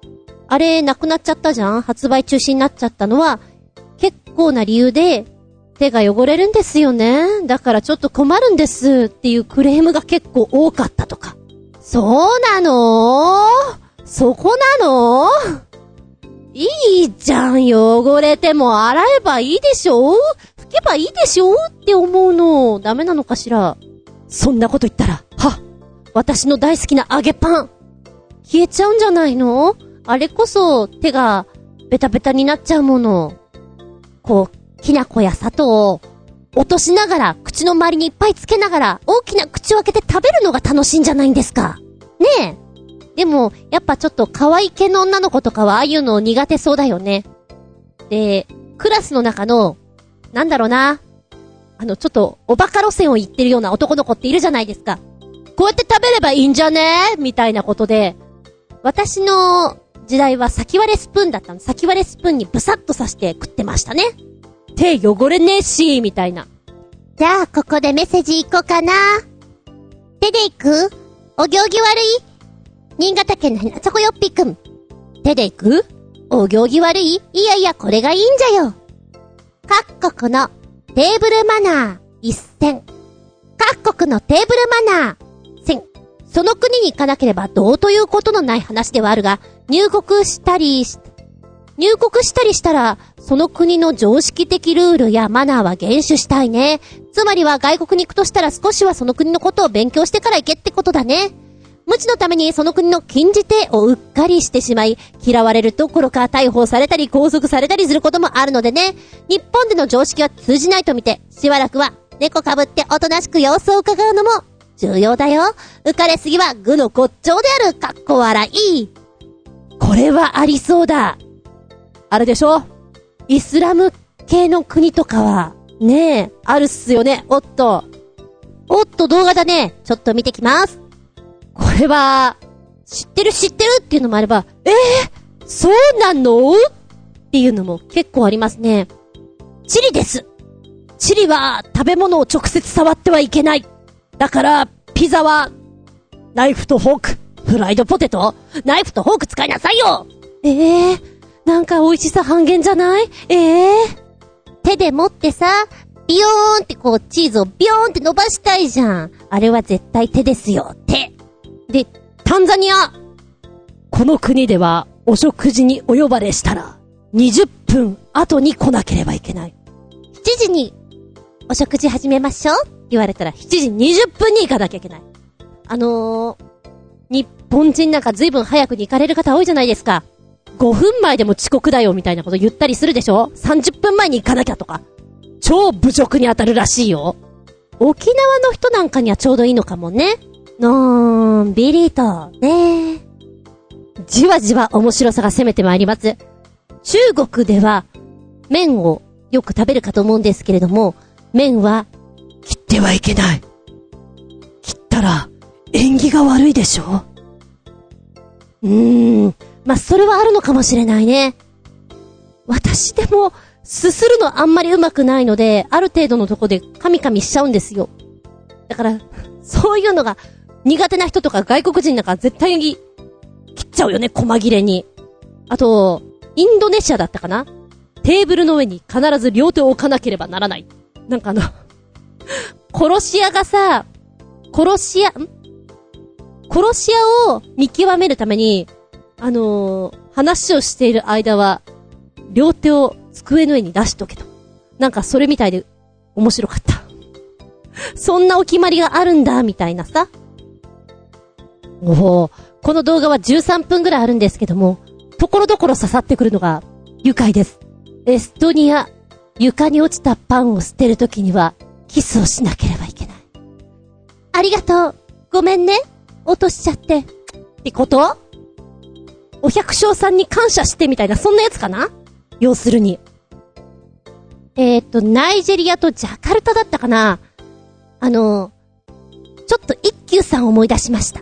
あれなくなっちゃったじゃん？発売中止になっちゃったのは、結構な理由で、手が汚れるんですよね。だからちょっと困るんですっていうクレームが結構多かったとか。そうなの？そこなの？いいじゃん、汚れても洗えばいいでしょ？拭けばいいでしょって思うの。ダメなのかしら。そんなこと言ったら、は、私の大好きな揚げパン消えちゃうんじゃないの？あれこそ手がベタベタになっちゃうもの。こう、きな粉や砂糖を落としながら、口の周りにいっぱいつけながら、大きな口を開けて食べるのが楽しいんじゃないんですか。ねえ。でも、やっぱちょっと可愛い系の女の子とかはああいうの苦手そうだよね。で、クラスの中の、なんだろうな、あの、ちょっとおバカ路線を言ってるような男の子っているじゃないですか。こうやって食べればいいんじゃねみたいなことで、私の時代は先割れスプーンだったの。先割れスプーンにブサッと刺して食ってましたね。手汚れねえし、みたいな。じゃあ、ここでメッセージいこうかな。手でいく？お行儀悪い？新潟県のひなちょこよっぴくん。手でいく？お行儀悪い？いやいや、これがいいんじゃよ。各国のテーブルマナー一選。各国のテーブルマナー選。その国に行かなければどうということのない話ではあるが、入国したりし、入国したりしたら、その国の常識的ルールやマナーは厳守したいね。つまりは外国に行くとしたら少しはその国のことを勉強してから行けってことだね。無知のためにその国の禁じ手をうっかりしてしまい、嫌われるどころか逮捕されたり拘束されたりすることもあるのでね。日本での常識は通じないと見て、しばらくは猫かぶっておとなしく様子を伺うのも重要だよ。浮かれすぎは愚の骨頂である。かっこ笑い。これはありそうだ。あれでしょ？イスラム系の国とかは、ねえ、あるっすよね。おっと。おっと動画だね。ちょっと見てきます。これは、知ってる知ってるっていうのもあれば、えー、そうなの？っていうのも結構ありますね。チリです。チリは食べ物を直接触ってはいけない。だから、ピザは、ナイフとフォーク。フライドポテト？ナイフとフォーク使いなさいよ！えー、なんか美味しさ半減じゃない？えー、手で持ってさ、ビヨーンってこうチーズをビヨーンって伸ばしたいじゃん。あれは絶対手ですよ。手。で、タンザニア。この国ではお食事にお呼ばれしたらにじゅっぷん後に来なければいけない。しちじにお食事始めましょうって言われたらしちじにじゅっぷんに行かなきゃいけない。あのー、日本人なんか随分早くに行かれる方多いじゃないですか。ごふんまえでも遅刻だよみたいなこと言ったりするでしょ？ さんじゅっぷんまえに行かなきゃとか。超侮辱に当たるらしいよ。沖縄の人なんかにはちょうどいいのかもね。のーんびりとね。じわじわ面白さが攻めてまいります。中国では麺をよく食べるかと思うんですけれども、麺は切ってはいけない。切ったら縁起が悪いでしょ。うーん、まあ、それはあるのかもしれないね。私でもすするのあんまりうまくないので、ある程度のとこでカミカミしちゃうんですよ。だからそういうのが苦手な人とか外国人なんか絶対に切っちゃうよね、細切れに。あとインドネシアだったかな、テーブルの上に必ず両手を置かなければならない。なんかあの殺し屋がさ、殺し屋ん殺し屋を見極めるために、あのー、話をしている間は両手を机の上に出しとけと。なんかそれみたいで面白かった。そんなお決まりがあるんだみたいなさ。おお、この動画はじゅうさんぷんぐらいあるんですけども、ところどころ刺さってくるのが愉快です。エストニア、床に落ちたパンを捨てるときにはキスをしなければいけない。ありがとう、ごめんね、落としちゃってってこと？お百姓さんに感謝してみたいな、そんなやつかな？要するに。えーと、ナイジェリアとジャカルタだったかな？あの、ちょっと一休さん思い出しました。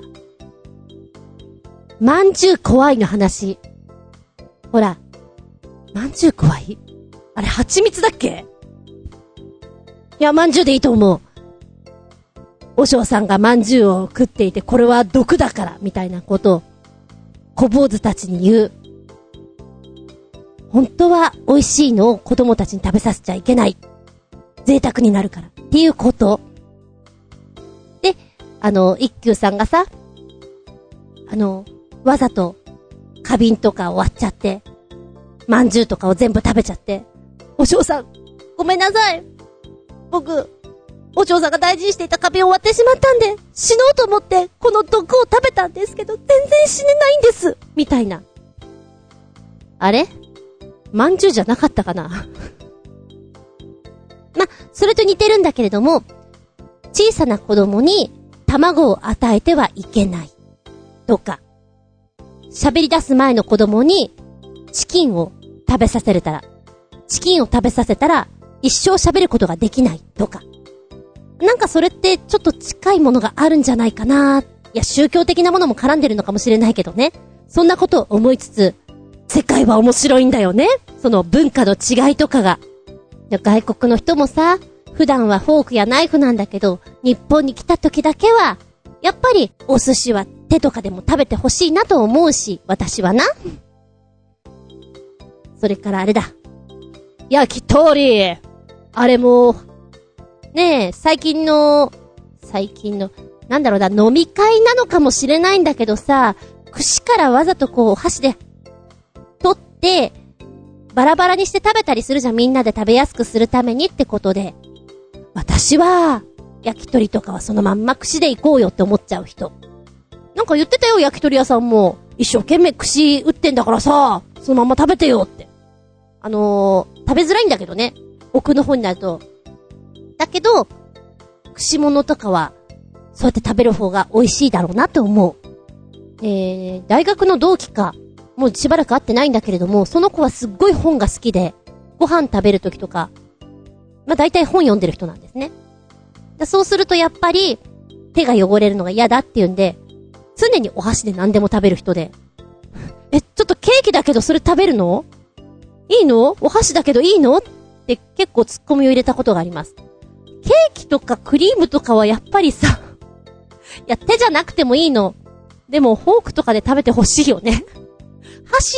まんじゅう怖いの話。ほら、まんじゅう怖い？あれ、蜂蜜だっけ？いや、まんじゅうでいいと思う。お嬢さんがまんじゅうを食っていて、これは毒だから、みたいなことを、小坊主たちに言う。 本当は美味しいのを子供たちに食べさせちゃいけない。贅沢になるから。っていうこと。で、あの、一休さんがさ、あの、わざと花瓶とかを割っちゃって、まんじゅうとかを全部食べちゃって、お嬢さん、ごめんなさい。僕、お嬢さんが大事にしていた花瓶を割ってしまったんで、死のうと思ってこの毒を食べたんですけど、全然死ねないんです。みたいな。あれ？まんじゅうじゃなかったかなま、それと似てるんだけれども、小さな子供に卵を与えてはいけない。とか、喋り出す前の子供にチキンを食べさせれたら、チキンを食べさせたら一生喋ることができないとか。なんかそれってちょっと近いものがあるんじゃないかな。いや、宗教的なものも絡んでるのかもしれないけどね。そんなことを思いつつ、世界は面白いんだよね。その文化の違いとかが。外国の人もさ、普段はフォークやナイフなんだけど、日本に来た時だけは、やっぱりお寿司は手とかでも食べてほしいなと思うし、私はな。それからあれだ。焼き鳥。あれも、ねえ、最近の、最近の、なんだろうな、飲み会なのかもしれないんだけどさ、串からわざとこう、お箸で、取って、バラバラにして食べたりするじゃん。みんなで食べやすくするためにってことで。私は、焼き鳥とかはそのまんま串で行こうよって思っちゃう人。なんか言ってたよ、焼き鳥屋さんも。一生懸命串打ってんだからさ、そのまんま食べてよって。あのー、食べづらいんだけどね。奥の方になると。だけど、串物とかは、そうやって食べる方が美味しいだろうなと思う。えー、大学の同期か、もうしばらく会ってないんだけれども、その子はすっごい本が好きで、ご飯食べるときとか、まあ大体本読んでる人なんですね。だそうするとやっぱり、手が汚れるのが嫌だっていうんで、常にお箸で何でも食べる人で。え、ちょっとケーキだけどそれ食べるの？いいの？お箸だけどいいの？って結構ツッコミを入れたことがあります。ケーキとかクリームとかはやっぱりさ、いや手じゃなくてもいいの。でもフォークとかで食べてほしいよね。箸って、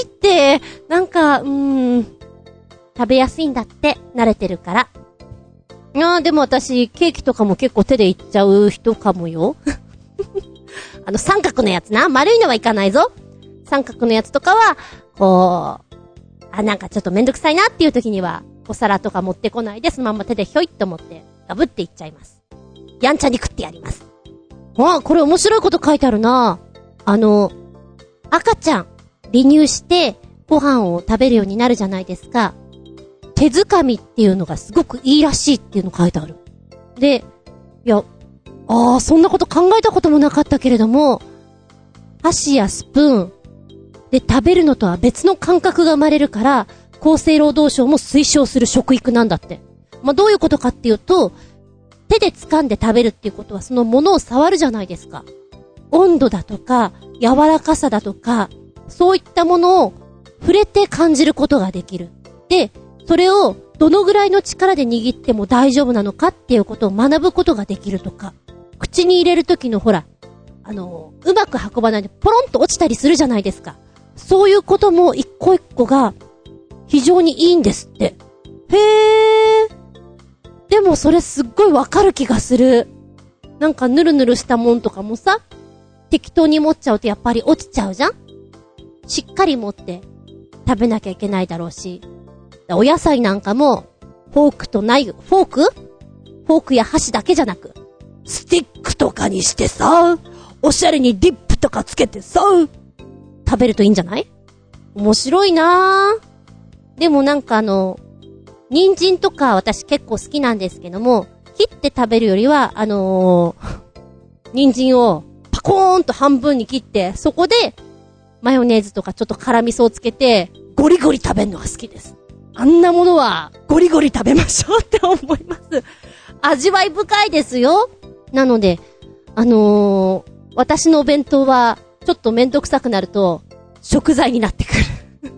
なんか、うーん、食べやすいんだって、慣れてるから。いやーでも私、ケーキとかも結構手でいっちゃう人かもよ。あの三角のやつな、丸いのはいかないぞ。三角のやつとかは、こう、あ、なんかちょっとめんどくさいなっていう時には、お皿とか持ってこないで、そのまま手でひょいっと持って、ガブっていっちゃいます。やんちゃに食ってやります。あ、これ面白いこと書いてあるな。あの、赤ちゃん、離乳してご飯を食べるようになるじゃないですか。手づかみっていうのがすごくいいらしいっていうの書いてある。で、いや、ああ、そんなこと考えたこともなかったけれども、箸やスプーンで食べるのとは別の感覚が生まれるから、厚生労働省も推奨する食育なんだって。まあ、どういうことかっていうと、手で掴んで食べるっていうことはそのものを触るじゃないですか。温度だとか、柔らかさだとか、そういったものを触れて感じることができる。で、それをどのぐらいの力で握っても大丈夫なのかっていうことを学ぶことができるとか、口に入れるときのほら、あの、うまく運ばないでポロンと落ちたりするじゃないですか。そういうことも一個一個が非常にいいんですって。へー。でもそれすっごいわかる気がする。なんかヌルヌルしたもんとかもさ、適当に持っちゃうとやっぱり落ちちゃうじゃん？しっかり持って食べなきゃいけないだろうし。お野菜なんかも、フォークとナイフ、フォーク？フォークや箸だけじゃなく、スティックとかにしてさ、おしゃれにディップとかつけてさ、食べるといいんじゃない？面白いなぁ。でもなんかあの、人参とか私結構好きなんですけども、切って食べるよりは、あのー、人参をパコーンと半分に切って、そこでマヨネーズとかちょっと辛味噌をつけて、ゴリゴリ食べるのが好きです。あんなものはゴリゴリ食べましょうって思います。味わい深いですよ。なので、あのー、私のお弁当はちょっとめんどくさくなると食材になってくる。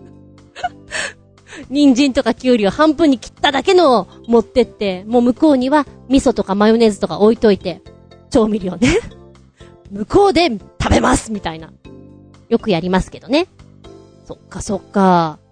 人参とかキュウリを半分に切っただけのを持ってって、もう向こうには味噌とかマヨネーズとか置いといて、調味料ね。向こうで食べますみたいな。よくやりますけどね。そっかそっか。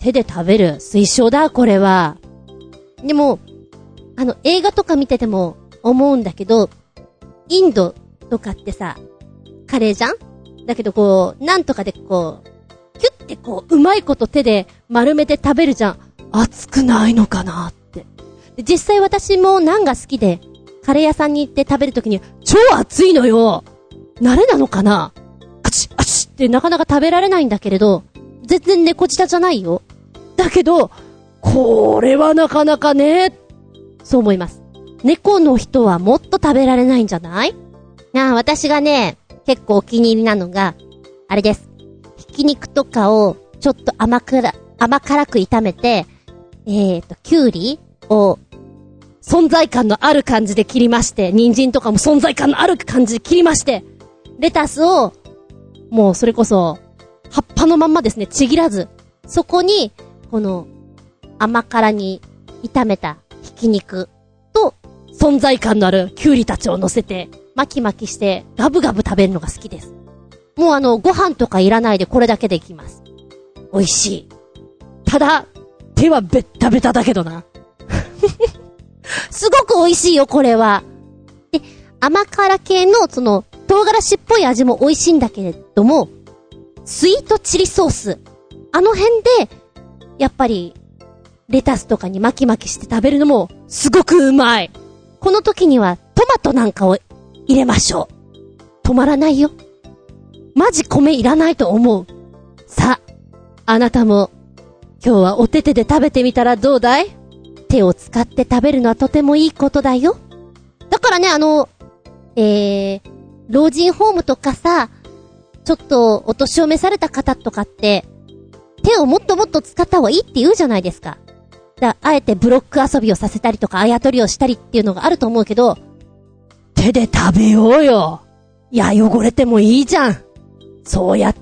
手で食べる。推奨だ、これは。でも、あの、映画とか見てても思うんだけど、インドとかってさ、カレーじゃん？だけどこう、なんとかでこう、キュッてこう、うまいこと手で丸めて食べるじゃん。熱くないのかなって。で実際私もナンが好きで、カレー屋さんに行って食べるときに、超熱いのよ。慣れなのかな？あち、あちってなかなか食べられないんだけれど、全然猫舌じゃないよ。だけど、これはなかなかね、そう思います。猫の人はもっと食べられないんじゃない？なあ、私がね、結構お気に入りなのが、あれです。ひき肉とかをちょっと甘くら、甘辛く炒めて、えーと、きゅうりを存在感のある感じで切りまして、人参とかも存在感のある感じで切りまして、レタスを、もうそれこそ、葉っぱのまんまですね、ちぎらず、そこに、この、甘辛に炒めたひき肉と、存在感のあるきゅうりたちを乗せて、巻き巻きして、ガブガブ食べるのが好きです。もうあの、ご飯とかいらないでこれだけでいきます。美味しい。ただ、手はベッタベタだけどな。すごく美味しいよ、これは。で、甘辛系の、その、唐辛子っぽい味も美味しいんだけれども、スイートチリソース。あの辺で、やっぱり、レタスとかに巻き巻きして食べるのも、すごくうまい。この時には、トマトなんかを入れましょう。止まらないよ。マジ米いらないと思う。さあ、あなたも、今日はお手手で食べてみたらどうだい？手を使って食べるのはとてもいいことだよ。だからね、あの、えー、老人ホームとかさ、ちょっとお年を召された方とかって、手をもっともっと使った方がいいって言うじゃないですか。だあえてブロック遊びをさせたりとか、あやとりをしたりっていうのがあると思うけど、手で食べようよ。いや、汚れてもいいじゃん。そうやって、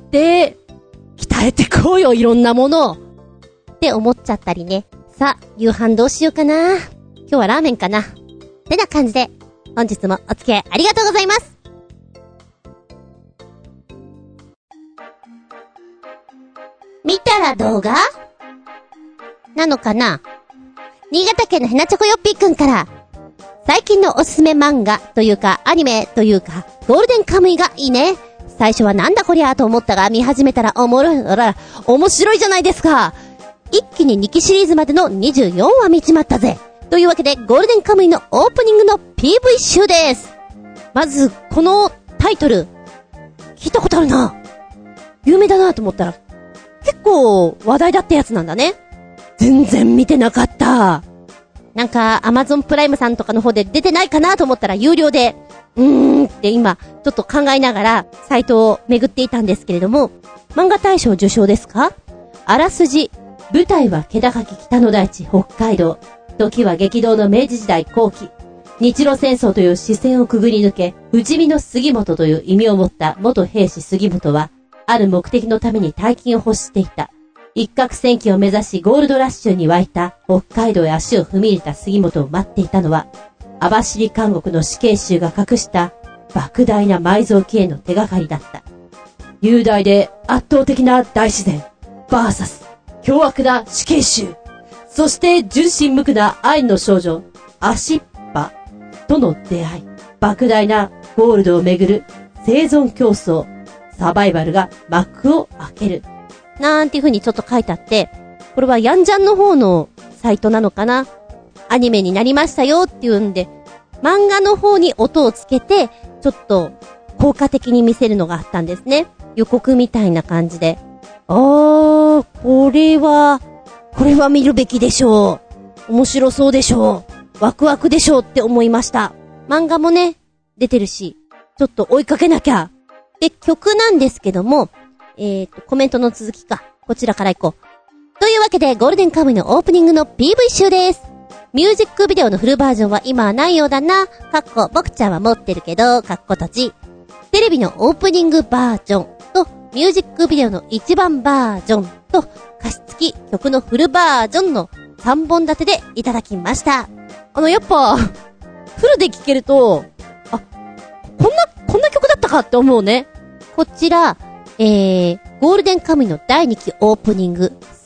鍛えてこうよ、いろんなものを。って思っちゃったりね。さあ、夕飯どうしようかな。今日はラーメンかな。ってな感じで、本日もお付き合いありがとうございます。見たら動画なのかな。新潟県のヘナチョコヨッピーくんから、最近のおすすめ漫画というかアニメというかゴールデンカムイがいいね。最初はなんだこりゃと思ったが見始めたらおもろい、あら、面白いじゃないですか。一気ににきシリーズまでのにじゅうよんわ見ちまったぜ。というわけでゴールデンカムイのオープニングの ピーブイ 集です。まずこのタイトル聞いたことあるな、有名だなと思ったら結構話題だったやつなんだね。全然見てなかった。なんか Amazon プライムさんとかの方で出てないかなと思ったら有料で、うーんって今ちょっと考えながらサイトを巡っていたんですけれども、漫画大賞受賞ですか。あらすじ、舞台は気高き北の大地北海道、時は激動の明治時代後期、日露戦争という視線をくぐり抜け、内見の杉本という意味を持った元兵士杉本はある目的のために大金を欲していた。一攫千金を目指しゴールドラッシュに湧いた北海道へ足を踏み入れた杉本を待っていたのは、網走監獄の死刑囚が隠した莫大な埋蔵金への手がかりだった。雄大で圧倒的な大自然、バーサス、凶悪な死刑囚、そして純真無垢な愛の少女、アシッパとの出会い、莫大なゴールドをめぐる生存競争、サバイバルが幕を開ける。なんていう風にちょっと書いてあって、これはヤンジャンの方のサイトなのかな。アニメになりましたよっていうんで、漫画の方に音をつけて、ちょっと効果的に見せるのがあったんですね。予告みたいな感じで。あー、これは、これは見るべきでしょう。面白そうでしょう。ワクワクでしょうって思いました。漫画もね、出てるし、ちょっと追いかけなきゃ。で、曲なんですけども、えーと、コメントの続きか。こちらから行こう。というわけで、ゴールデンカムイのオープニングの ピーブイ 集です。ミュージックビデオのフルバージョンは今はないようだな。かっこ、僕ちゃんは持ってるけど、かっこ閉じ。テレビのオープニングバージョンと、ミュージックビデオの一番バージョンと、歌詞付き曲のフルバージョンのさんぼん立てでいただきました。あの、やっぱ、フルで聴けると、あ、こんな、こんな曲だったかって思うね。こちら、えー、ゴールデンカムイのだいにきオープニング、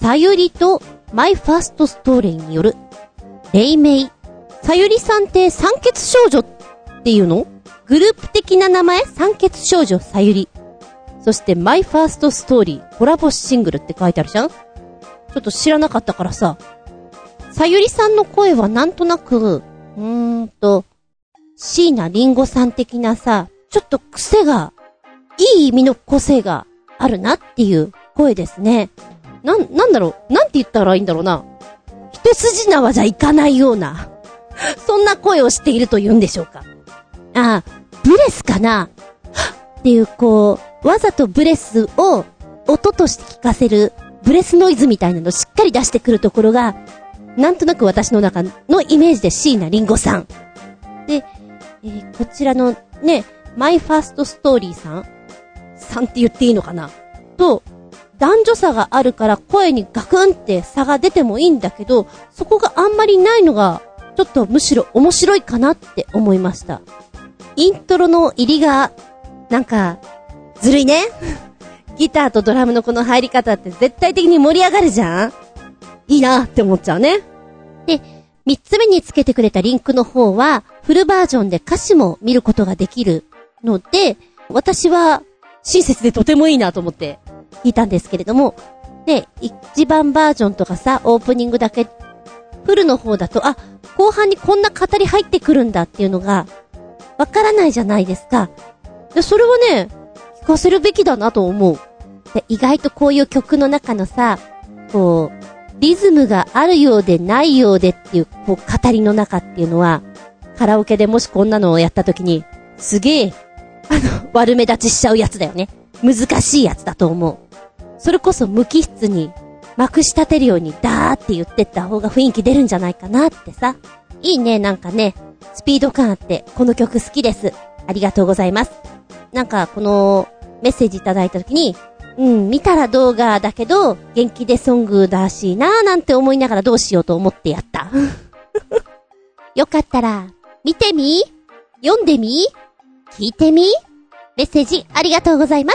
さゆりとマイファーストストーリーによる黎明。さゆりさんって酸欠少女っていうの？グループ的な名前？酸欠少女さゆり。そしてマイファーストストーリーコラボシングルって書いてあるじゃん？ちょっと知らなかったからさ。さゆりさんの声はなんとなく、うーんと、椎名林檎さん的なさ、ちょっと癖が、いい意味の個性があるなっていう声ですね。なん、なんだろう、なんて言ったらいいんだろうな。一筋縄じゃいかないような、そんな声をしていると言うんでしょうか。ああ、ブレスかなっていう、こう、わざとブレスを音として聞かせる、ブレスノイズみたいなのをしっかり出してくるところが、なんとなく私の中のイメージで椎名林檎さん。で、えー、こちらのね、マイファーストストーリーさんさんって言っていいのかなと、男女差があるから声にガクンって差が出てもいいんだけど、そこがあんまりないのが、ちょっとむしろ面白いかなって思いました。イントロの入りが、なんか、ずるいね。ギターとドラムのこの入り方って絶対的に盛り上がるじゃん？いいなって思っちゃうね。で、三つ目につけてくれたリンクの方は、フルバージョンで歌詞も見ることができるので、私は親切でとてもいいなと思って聞いたんですけれども、で、一番バージョンとかさ、オープニングだけ、フルの方だと、あ、後半にこんな語り入ってくるんだっていうのが、わからないじゃないですか。で、それはね、聞かせるべきだなと思う。で、意外とこういう曲の中のさ、こう、リズムがあるようでないようでっていう、こう、語りの中っていうのは、カラオケでもしこんなのをやった時に、すげえ、あの、悪目立ちしちゃうやつだよね。難しいやつだと思う。それこそ無機質に、まくし立てるようにダーって言ってった方が雰囲気出るんじゃないかなってさ。いいね、なんかね、スピード感あって、この曲好きです。ありがとうございます。なんか、この、メッセージいただいた時に、うん、見たら動画だけど、元気でソングだしなーなんて思いながらどうしようと思ってやった。よかったら、見てみ？読んでみ？聞いてみ？メッセージありがとうございます。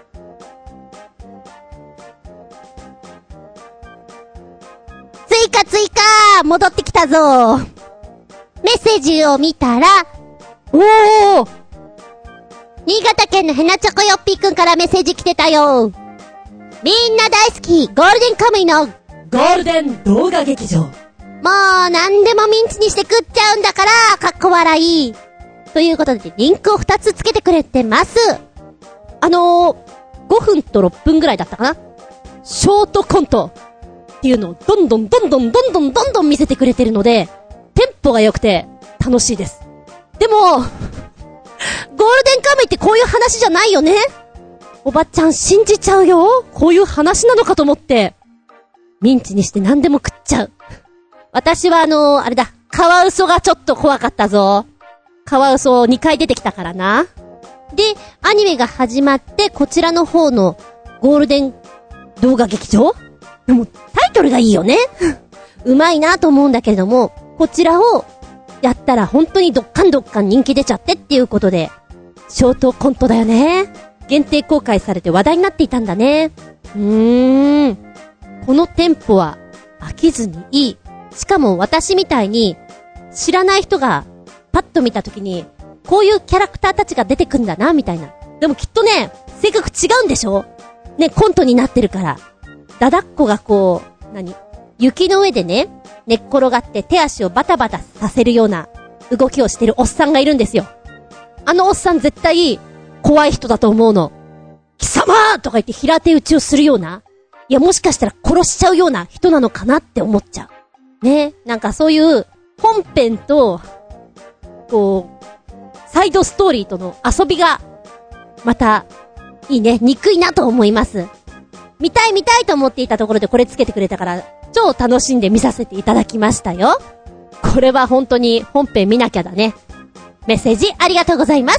追加追加戻ってきたぞ。メッセージを見たら、おー新潟県のヘナチョコヨッピーくんからメッセージ来てたよ。みんな大好き、ゴールデンカムイのゴールデン動画劇場。 もう何でもミンチにして食っちゃうんだから、かっこ笑い。ということで、リンクをふたつつけてくれてます。あのー、ごふんとろっぷんぐらいだったかな？ショートコントっていうのをどんどんどんどんどんどんどんどん見せてくれてるので、テンポが良くて楽しいです。でも、ゴールデンカムイってこういう話じゃないよね。おばちゃん信じちゃうよ。こういう話なのかと思って、ミンチにして何でも食っちゃう。私はあのー、あれだ、カワウソがちょっと怖かったぞ。カワウソにかい出てきたからな。で、アニメが始まって、こちらの方のゴールデン動画劇場？でも、タイトルがいいよね。うまいなと思うんだけれども、こちらをやったら本当にどっかんどっかん人気出ちゃってっていうことで、ショートコントだよね。限定公開されて話題になっていたんだね。うーん。このテンポは飽きずにいい。しかも私みたいに知らない人がパッと見たときに、こういうキャラクターたちが出てくんだな、みたいな。でもきっとね、性格違うんでしょ？ね、コントになってるから。ダダッコがこう、何？雪の上でね、寝っ転がって手足をバタバタさせるような動きをしてるおっさんがいるんですよ。あのおっさん絶対怖い人だと思うの。貴様とか言って平手打ちをするような、いやもしかしたら殺しちゃうような人なのかなって思っちゃう。ね、なんかそういう本編と、こう、サイドストーリーとの遊びが、また、いいね、憎いなと思います。見たい見たいと思っていたところでこれつけてくれたから、超楽しんで見させていただきましたよ。これは本当に本編見なきゃだね。メッセージありがとうございます。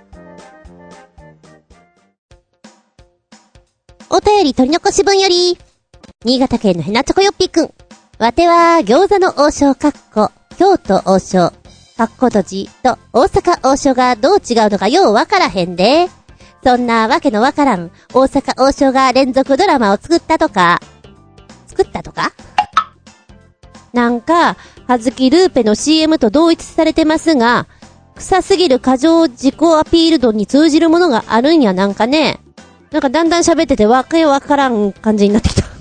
お便り取り残し分より、新潟県のヘナチョコヨッピーくん。わては餃子の王将かっこ京都王将かっこ閉じと大阪王将がどう違うのかようわからへんで。そんなわけのわからん大阪王将が連続ドラマを作ったとか、 作ったとか？なんか、はずきルーペの シーエム と同一されてますが、臭すぎる過剰自己アピール度に通じるものがあるんやなんかね。なんかだんだん喋っててわけわからん感じになってきた。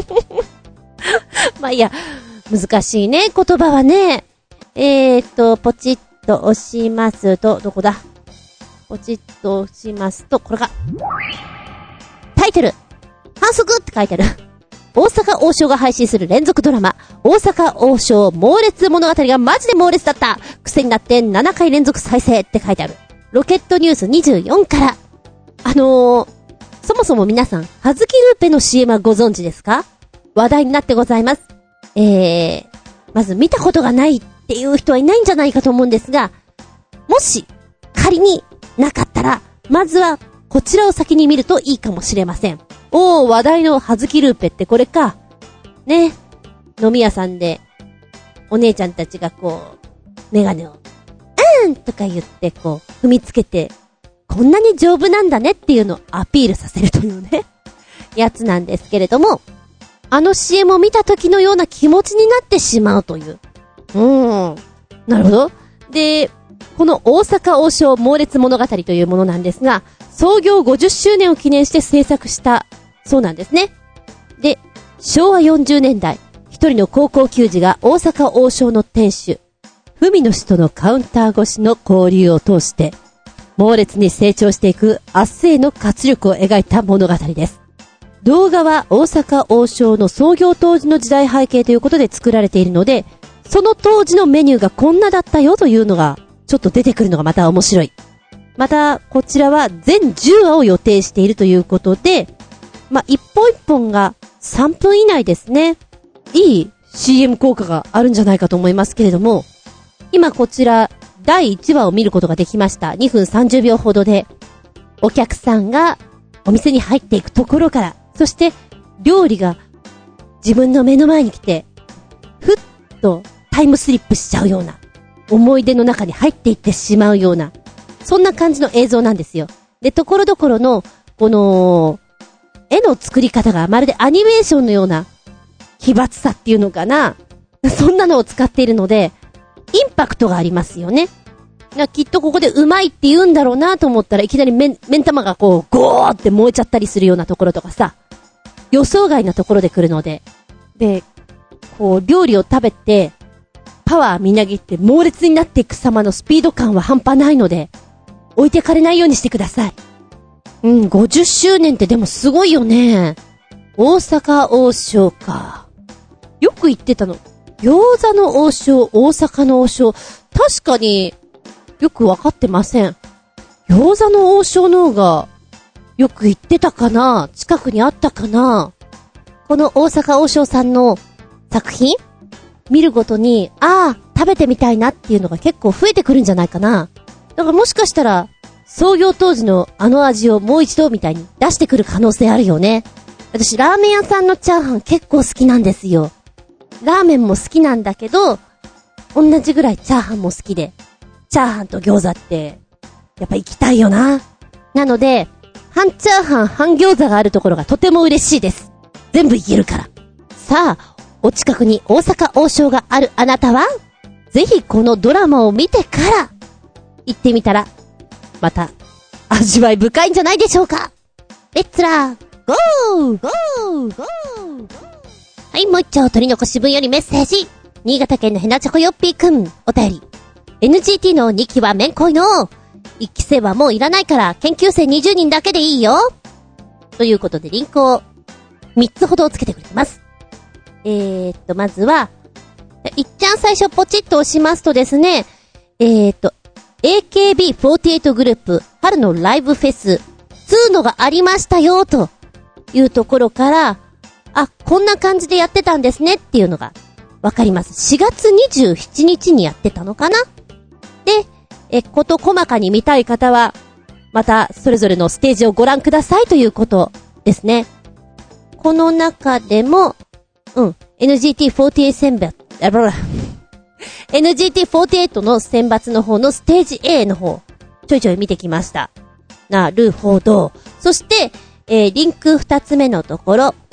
まあいいや、難しいね、言葉はね。えーっと、ポチッと押しますと、どこだ？ポチッと押しますと、これが。タイトル反則って書いてある。大阪王将が配信する連続ドラマ、大阪王将猛烈物語がマジで猛烈だった。癖になってななかい連続再生って書いてある。ロケットニュースにじゅうよんから。あのー、そもそも皆さん、はずきルーペの シーエム はご存知ですか？話題になってございます。えー、まず見たことがないっていう人はいないんじゃないかと思うんですが、もし、仮になかったら、まずはこちらを先に見るといいかもしれません。おー、話題のはずきルーペってこれか。ね。飲み屋さんで、お姉ちゃんたちがこう、メガネを、うんとか言ってこう、踏みつけて、こんなに丈夫なんだねっていうのをアピールさせるというね、やつなんですけれども、あの シーエム を見た時のような気持ちになってしまうという。うーん。なるほど。で、この大阪王将猛烈物語というものなんですが、創業ごじゅっしゅうねんを記念して制作したそうなんですね。で、しょうわよんじゅうねんだい、一人の高校球児が大阪王将の店主、文野氏とのカウンター越しの交流を通して、猛烈に成長していく明日への活力を描いた物語です。動画は大阪王将の創業当時の時代背景ということで作られているので、その当時のメニューがこんなだったよというのが、ちょっと出てくるのがまた面白い。また、こちらは全じゅうわを予定しているということで、まあ、一本一本がさんぷん以内ですね。いい シーエム 効果があるんじゃないかと思いますけれども、今こちらだいいちわを見ることができました。にふんさんじゅうびょうほどで、お客さんがお店に入っていくところから、そして料理が自分の目の前に来て、ふっとタイムスリップしちゃうような、思い出の中に入っていってしまうような、そんな感じの映像なんですよ。で、ところどころの、この、絵の作り方がまるでアニメーションのような奇抜さっていうのかな。そんなのを使っているので、インパクトがありますよね。きっとここでうまいって言うんだろうなと思ったらいきなり目、目ん玉がこうゴーって燃えちゃったりするようなところとかさ、予想外なところで来るので、で、こう料理を食べてパワーみなぎって猛烈になっていく様のスピード感は半端ないので、置いてかれないようにしてください。うん、ごじゅっしゅうねんってでもすごいよね。大阪王将か。よく言ってたの。餃子の王将、大阪の王将。確かによくわかってません。餃子の王将の方がよく言ってたかな？近くにあったかな？この大阪王将さんの作品見るごとに、ああ、食べてみたいなっていうのが結構増えてくるんじゃないかな。だからもしかしたら創業当時のあの味をもう一度みたいに出してくる可能性あるよね。私ラーメン屋さんのチャーハン結構好きなんですよ。ラーメンも好きなんだけど、同じぐらいチャーハンも好きで、チャーハンと餃子ってやっぱ行きたいよな。なので半チャーハン半餃子があるところがとても嬉しいです。全部いけるから。さあ、お近くに大阪王将があるあなたはぜひこのドラマを見てから行ってみたらまた味わい深いんじゃないでしょうか。レッツラーゴーゴーゴーゴー。はい、もう一丁鳥の子しぶんよりメッセージ。新潟県のヘナチョコヨッピーくんお便り。 エヌジーティー のにきはめんこいのいっき生はもういらないから研究生にじゅうにんだけでいいよということでリンクをみっつほどつけてくれてます。えーっとまずはいっちゃん最初ポチッと押しますとですね、えーっと エーケービーフォーティーエイト グループ春のライブフェスつうのがありましたよというところから、あ、こんな感じでやってたんですねっていうのがわかります。しがつにじゅうしちにちにやってたのかな。で、え、こと細かに見たい方はまたそれぞれのステージをご覧くださいということですね。この中でも、うん、エヌジーティーフォーティーエイト 選抜、あぶら、エヌジーティーフォーティーエイト の選抜の方のステージ A の方、ちょいちょい見てきました。なるほど。そして、えー、リンク二つ目のところ、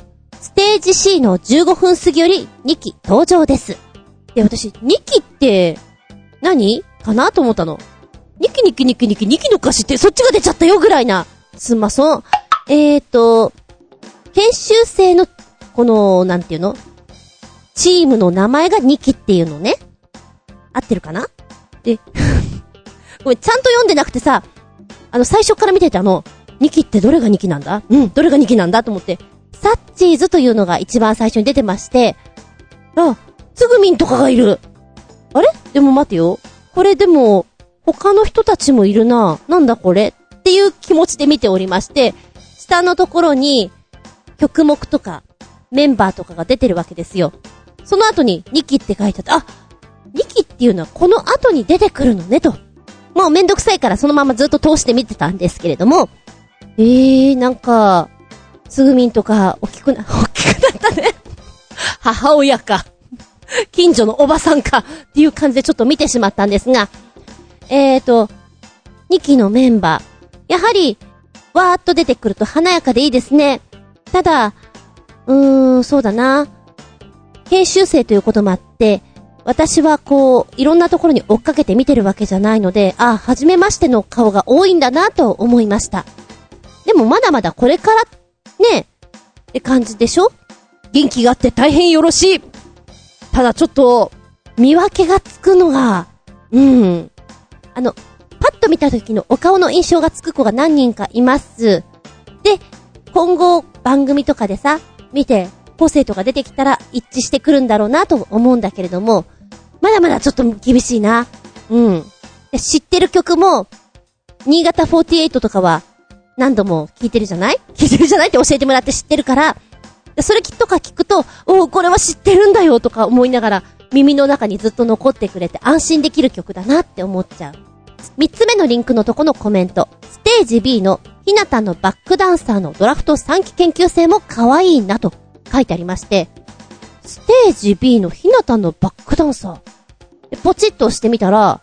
ステージ シー のじゅうごふん過ぎよりにき登場です。で、私、にきって何かなと思ったの。にきにきにきにきにきの歌詞ってそっちが出ちゃったよぐらいな。すんまそん。えーと、研修生の、この、なんていうのチームの名前がにきっていうのね。合ってるかなで、ごめん、ちゃんと読んでなくてさ、あの、最初から見てたの、にきってどれがにきなんだうん、どれがにきなんだと思って、サッチーズというのが一番最初に出てまして、あ、つぐみんとかがいる。あれでも待てよ。これでも、他の人たちもいるな。なんだこれっていう気持ちで見ておりまして、下のところに、曲目とか、メンバーとかが出てるわけですよ。その後ににきって書いてあって、あ、にきっていうのはこの後に出てくるのねと。もうめんどくさいからそのままずっと通して見てたんですけれども、えー、なんか、つぐみんとか、大きくな、大きくなったね。母親か。近所のおばさんか。っていう感じでちょっと見てしまったんですが、えーと、にきのメンバー。やはり、わーっと出てくると華やかでいいですね。ただ、うーん、そうだな。研修生ということもあって、私はこう、いろんなところに追っかけて見てるわけじゃないので、あ、初めましての顔が多いんだなと思いました。でもまだまだこれから、ね、って感じでしょ？元気があって大変よろしい。ただちょっと、見分けがつくのが、うん。あの、パッと見た時のお顔の印象がつく子が何人かいます。で、今後番組とかでさ、見て、個性とか出てきたら一致してくるんだろうなと思うんだけれども、まだまだちょっと厳しいな。うん。で、知ってる曲も、新潟フォーティーエイトとかは何度も聞いてるじゃない聞いてるじゃないって教えてもらって知ってるから、それとか聞くと、おー、これは知ってるんだよとか思いながら、耳の中にずっと残ってくれて安心できる曲だなって思っちゃう。三つ目のリンクのとこのコメント。ステージ ビー のひなたのバックダンサーのドラフトさんき研究生も可愛いなと書いてありまして、ステージ ビー のひなたのバックダンサー。ポチッと押してみたら、ん？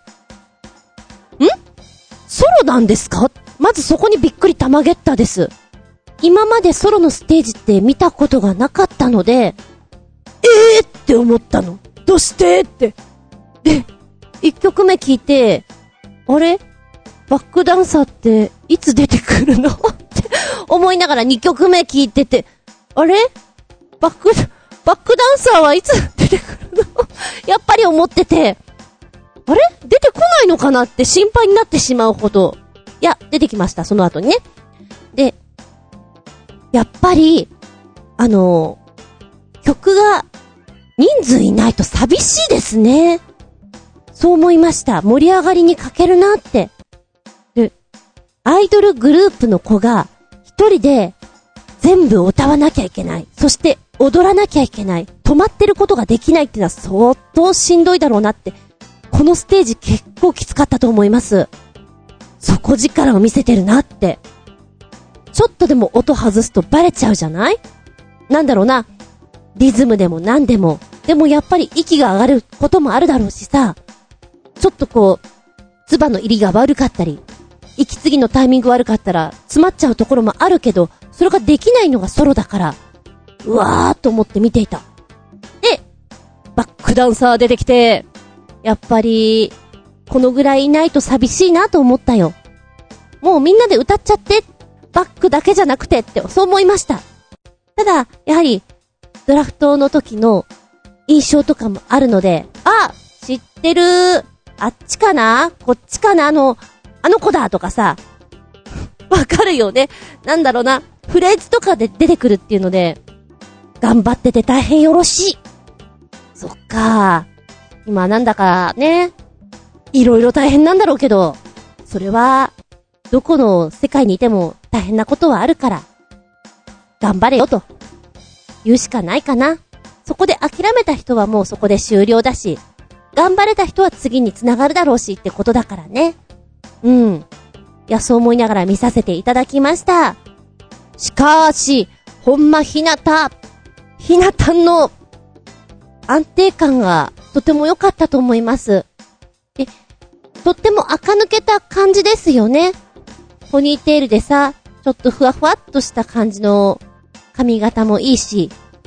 ソロなんですか？まずそこにびっくりたまげったです。今までソロのステージって見たことがなかったので、えーって思ったの。どうしてって。で、一曲目聞いて、あれ？バックダンサーっていつ出てくるのって思いながら二曲目聞いてて、あれ？バック、バックダンサーはいつ出てくるのやっぱり思ってて、あれ？出てこないのかなって心配になってしまうほど。いや、出てきました、その後にね。で、やっぱり、あの、曲が人数いないと寂しいですね。そう思いました。盛り上がりに欠けるなって。で、アイドルグループの子が一人で全部歌わなきゃいけない。そして踊らなきゃいけない。止まってることができないっていうのは相当しんどいだろうなって。このステージ結構きつかったと思います。底力を見せてるなって。ちょっとでも音外すとバレちゃうじゃない？なんだろうな。リズムでも何でも。でもやっぱり息が上がることもあるだろうしさ。ちょっとこう、唾の入りが悪かったり、息継ぎのタイミング悪かったら詰まっちゃうところもあるけど、それができないのがソロだから、うわーと思って見ていた。で、バックダンサー出てきて、やっぱり、このぐらいいないと寂しいなと思ったよ。もうみんなで歌っちゃって、バックだけじゃなくてって、そう思いました。ただ、やはり、ドラフトの時の印象とかもあるので、あ、知ってる、あっちかなこっちかなあの、あの子だとかさ、わかるよね。なんだろうな、フレーズとかで出てくるっていうので、頑張ってて大変よろしい。そっか。今なんだかね、いろいろ大変なんだろうけど、それは、どこの世界にいても大変なことはあるから、頑張れよと、言うしかないかな。そこで諦めた人はもうそこで終了だし、頑張れた人は次に繋がるだろうしってことだからね。うん。いや、そう思いながら見させていただきました。しかーし、ほんまひなた、ひなたの安定感がとても良かったと思います。で、とっても垢抜けた感じですよね。ポニーテールでさ、ちょっとふわふわっとした感じの髪型もいいし、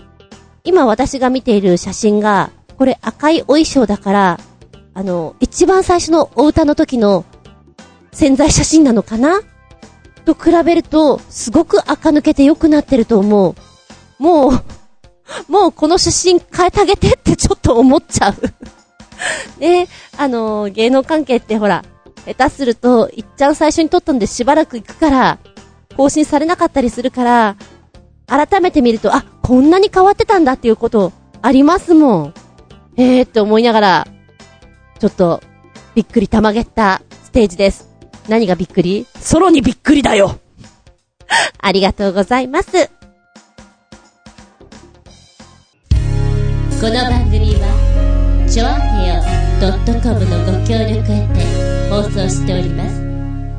今私が見ている写真が、これ赤いお衣装だから、あの、一番最初のお歌の時の宣材写真なのかなと比べると、すごく垢抜けて良くなってると思う。もう、もうこの写真変えてあげてってちょっと思っちゃう。ね、あの、芸能関係ってほら、下手すると、いっちゃん最初に撮ったんでしばらく行くから、更新されなかったりするから、改めて見ると、あ、こんなに変わってたんだっていうことありますもん。へーって思いながら、ちょっと、びっくりたまげったステージです。何がびっくり？ ソロにびっくりだよ。 ありがとうございます。 この番組はちょあへよ .com のご協力へて放送しております。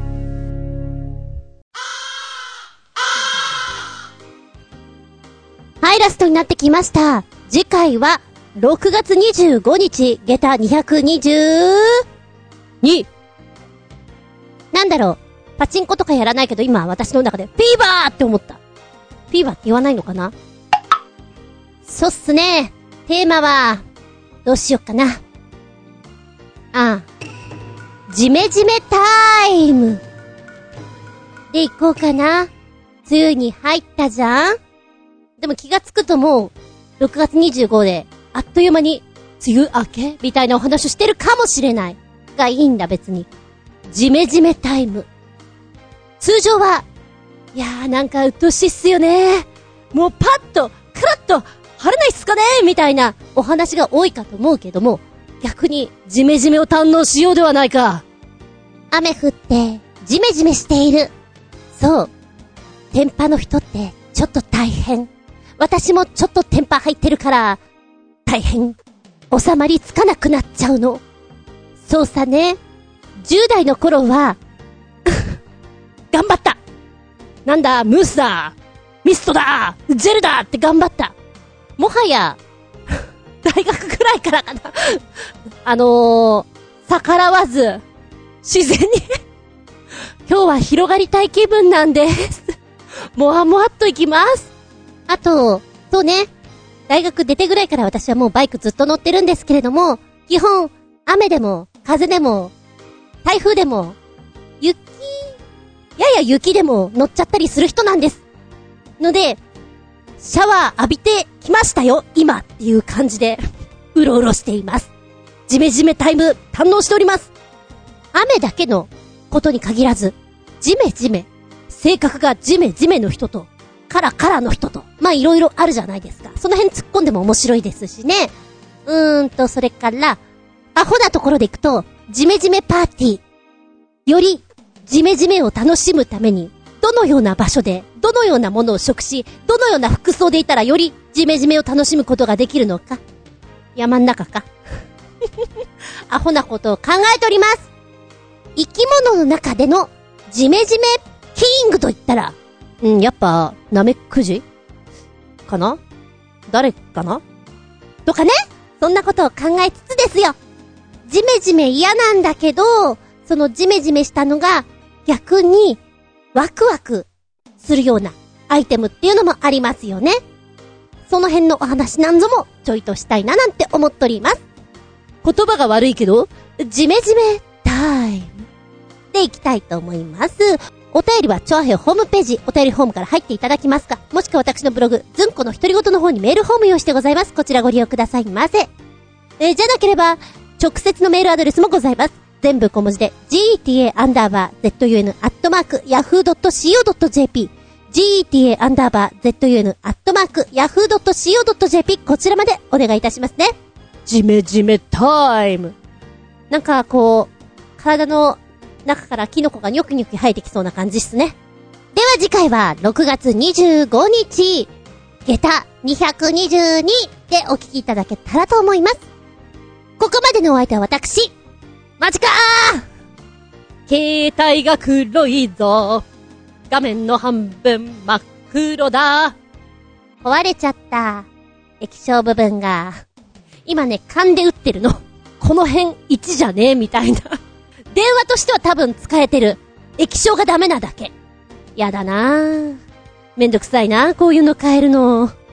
はい、ラストになってきました。次回はろくがつにじゅうごにち、下駄にひゃくにじゅうに。なんだろう、パチンコとかやらないけど今私の中でフィーバーって思った。フィーバーって言わないのかな？そうっすね。テーマは、どうしよっかな。ああ。ジメジメタイム。で行こうかな。梅雨に入ったじゃん？でも気がつくともう、ろくがつにじゅうごで、あっという間に、梅雨明けみたいなお話をしてるかもしれない。がいいんだ別に。ジメジメタイム。通常は、いやーなんか鬱陶しいっすよね。もうパッと、クラッと、晴れないっすかねみたいなお話が多いかと思うけども、逆にジメジメを堪能しようではないか。雨降ってジメジメしている。そう。テンパの人ってちょっと大変。私もちょっとテンパ入ってるから大変。収まりつかなくなっちゃうの。そうさね。じゅう代の頃は頑張った。なんだムースだ、ミストだ、ジェルだって頑張った。もはや大学くらいからかなあのー、逆らわず自然に今日は広がりたい気分なんですもわもわっといきます。あとそうね、大学出てぐらいから私はもうバイクずっと乗ってるんですけれども、基本雨でも風でも台風でも雪やや雪でも乗っちゃったりする人なんですので、シャワー浴びてきましたよ今っていう感じでうろうろしています。ジメジメタイム堪能しております。雨だけのことに限らず、ジメジメ、性格がジメジメの人とカラカラの人と、まあいろいろあるじゃないですか。その辺突っ込んでも面白いですしね。うーんとそれからアホなところでいくと、ジメジメパーティー、よりジメジメを楽しむためにどのような場所でどのようなものを食し、どのような服装でいたらよりジメジメを楽しむことができるのか。山ん中かアホなことを考えております。生き物の中でのジメジメキングと言ったら、うん、やっぱナメクジかな、誰かなとかね。そんなことを考えつつですよ。ジメジメ嫌なんだけど、そのジメジメしたのが逆にワクワクするようなアイテムっていうのもありますよね。その辺のお話なんぞもちょいとしたいななんて思っております。言葉が悪いけどジメジメタイムでいきたいと思います。お便りはチョアヘヨホームページ、お便りフォームから入っていただきますか、もしくは私のブログズンコの独り言の方にメールフォーム用意してございます。こちらご利用くださいませ。えー、じゃなければ直接のメールアドレスもございます。全部小文字で ジーティーエー アンダーバー zun アットマーク ヤフー ドット シーオー ドット ジェーピー ジーティーエー アンダーバー zun アットマーク ヤフー ドット シーオー ドット ジェーピー こちらまでお願いいたしますね。 ジメジメタイム。 なんかこう体の中からキノコがニョキニョキ生えてきそうな感じっすね。では次回はろくがつにじゅうごにち下駄にひゃくにじゅうにでお聞きいただけたらと思います。ここまでのお相手は私、マジかー携帯が黒いぞ、画面の半分真っ黒だ、 壊れちゃった液晶部分が今ね勘で打ってるの。 この辺いちじゃねえみたいな電話としては多分使えてる、液晶がダメなだけ。やだなぁ、めんどくさいなこういうの変えるの。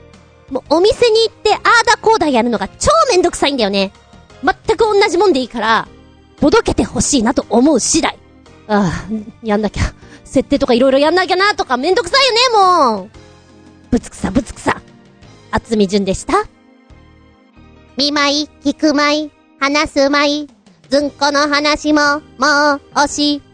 もうお店に行ってあーだこーだやるのが超めんどくさいんだよね。全く同じもんでいいから、届けてほしいなと思う次第。ああ、やんなきゃ。設定とかいろいろやんなきゃなとかめんどくさいよね、もう。ぶつくさぶつくさ。あつみじゅんでした。見舞い、聞く舞い、話す舞い、ずんこの話も、もう、おし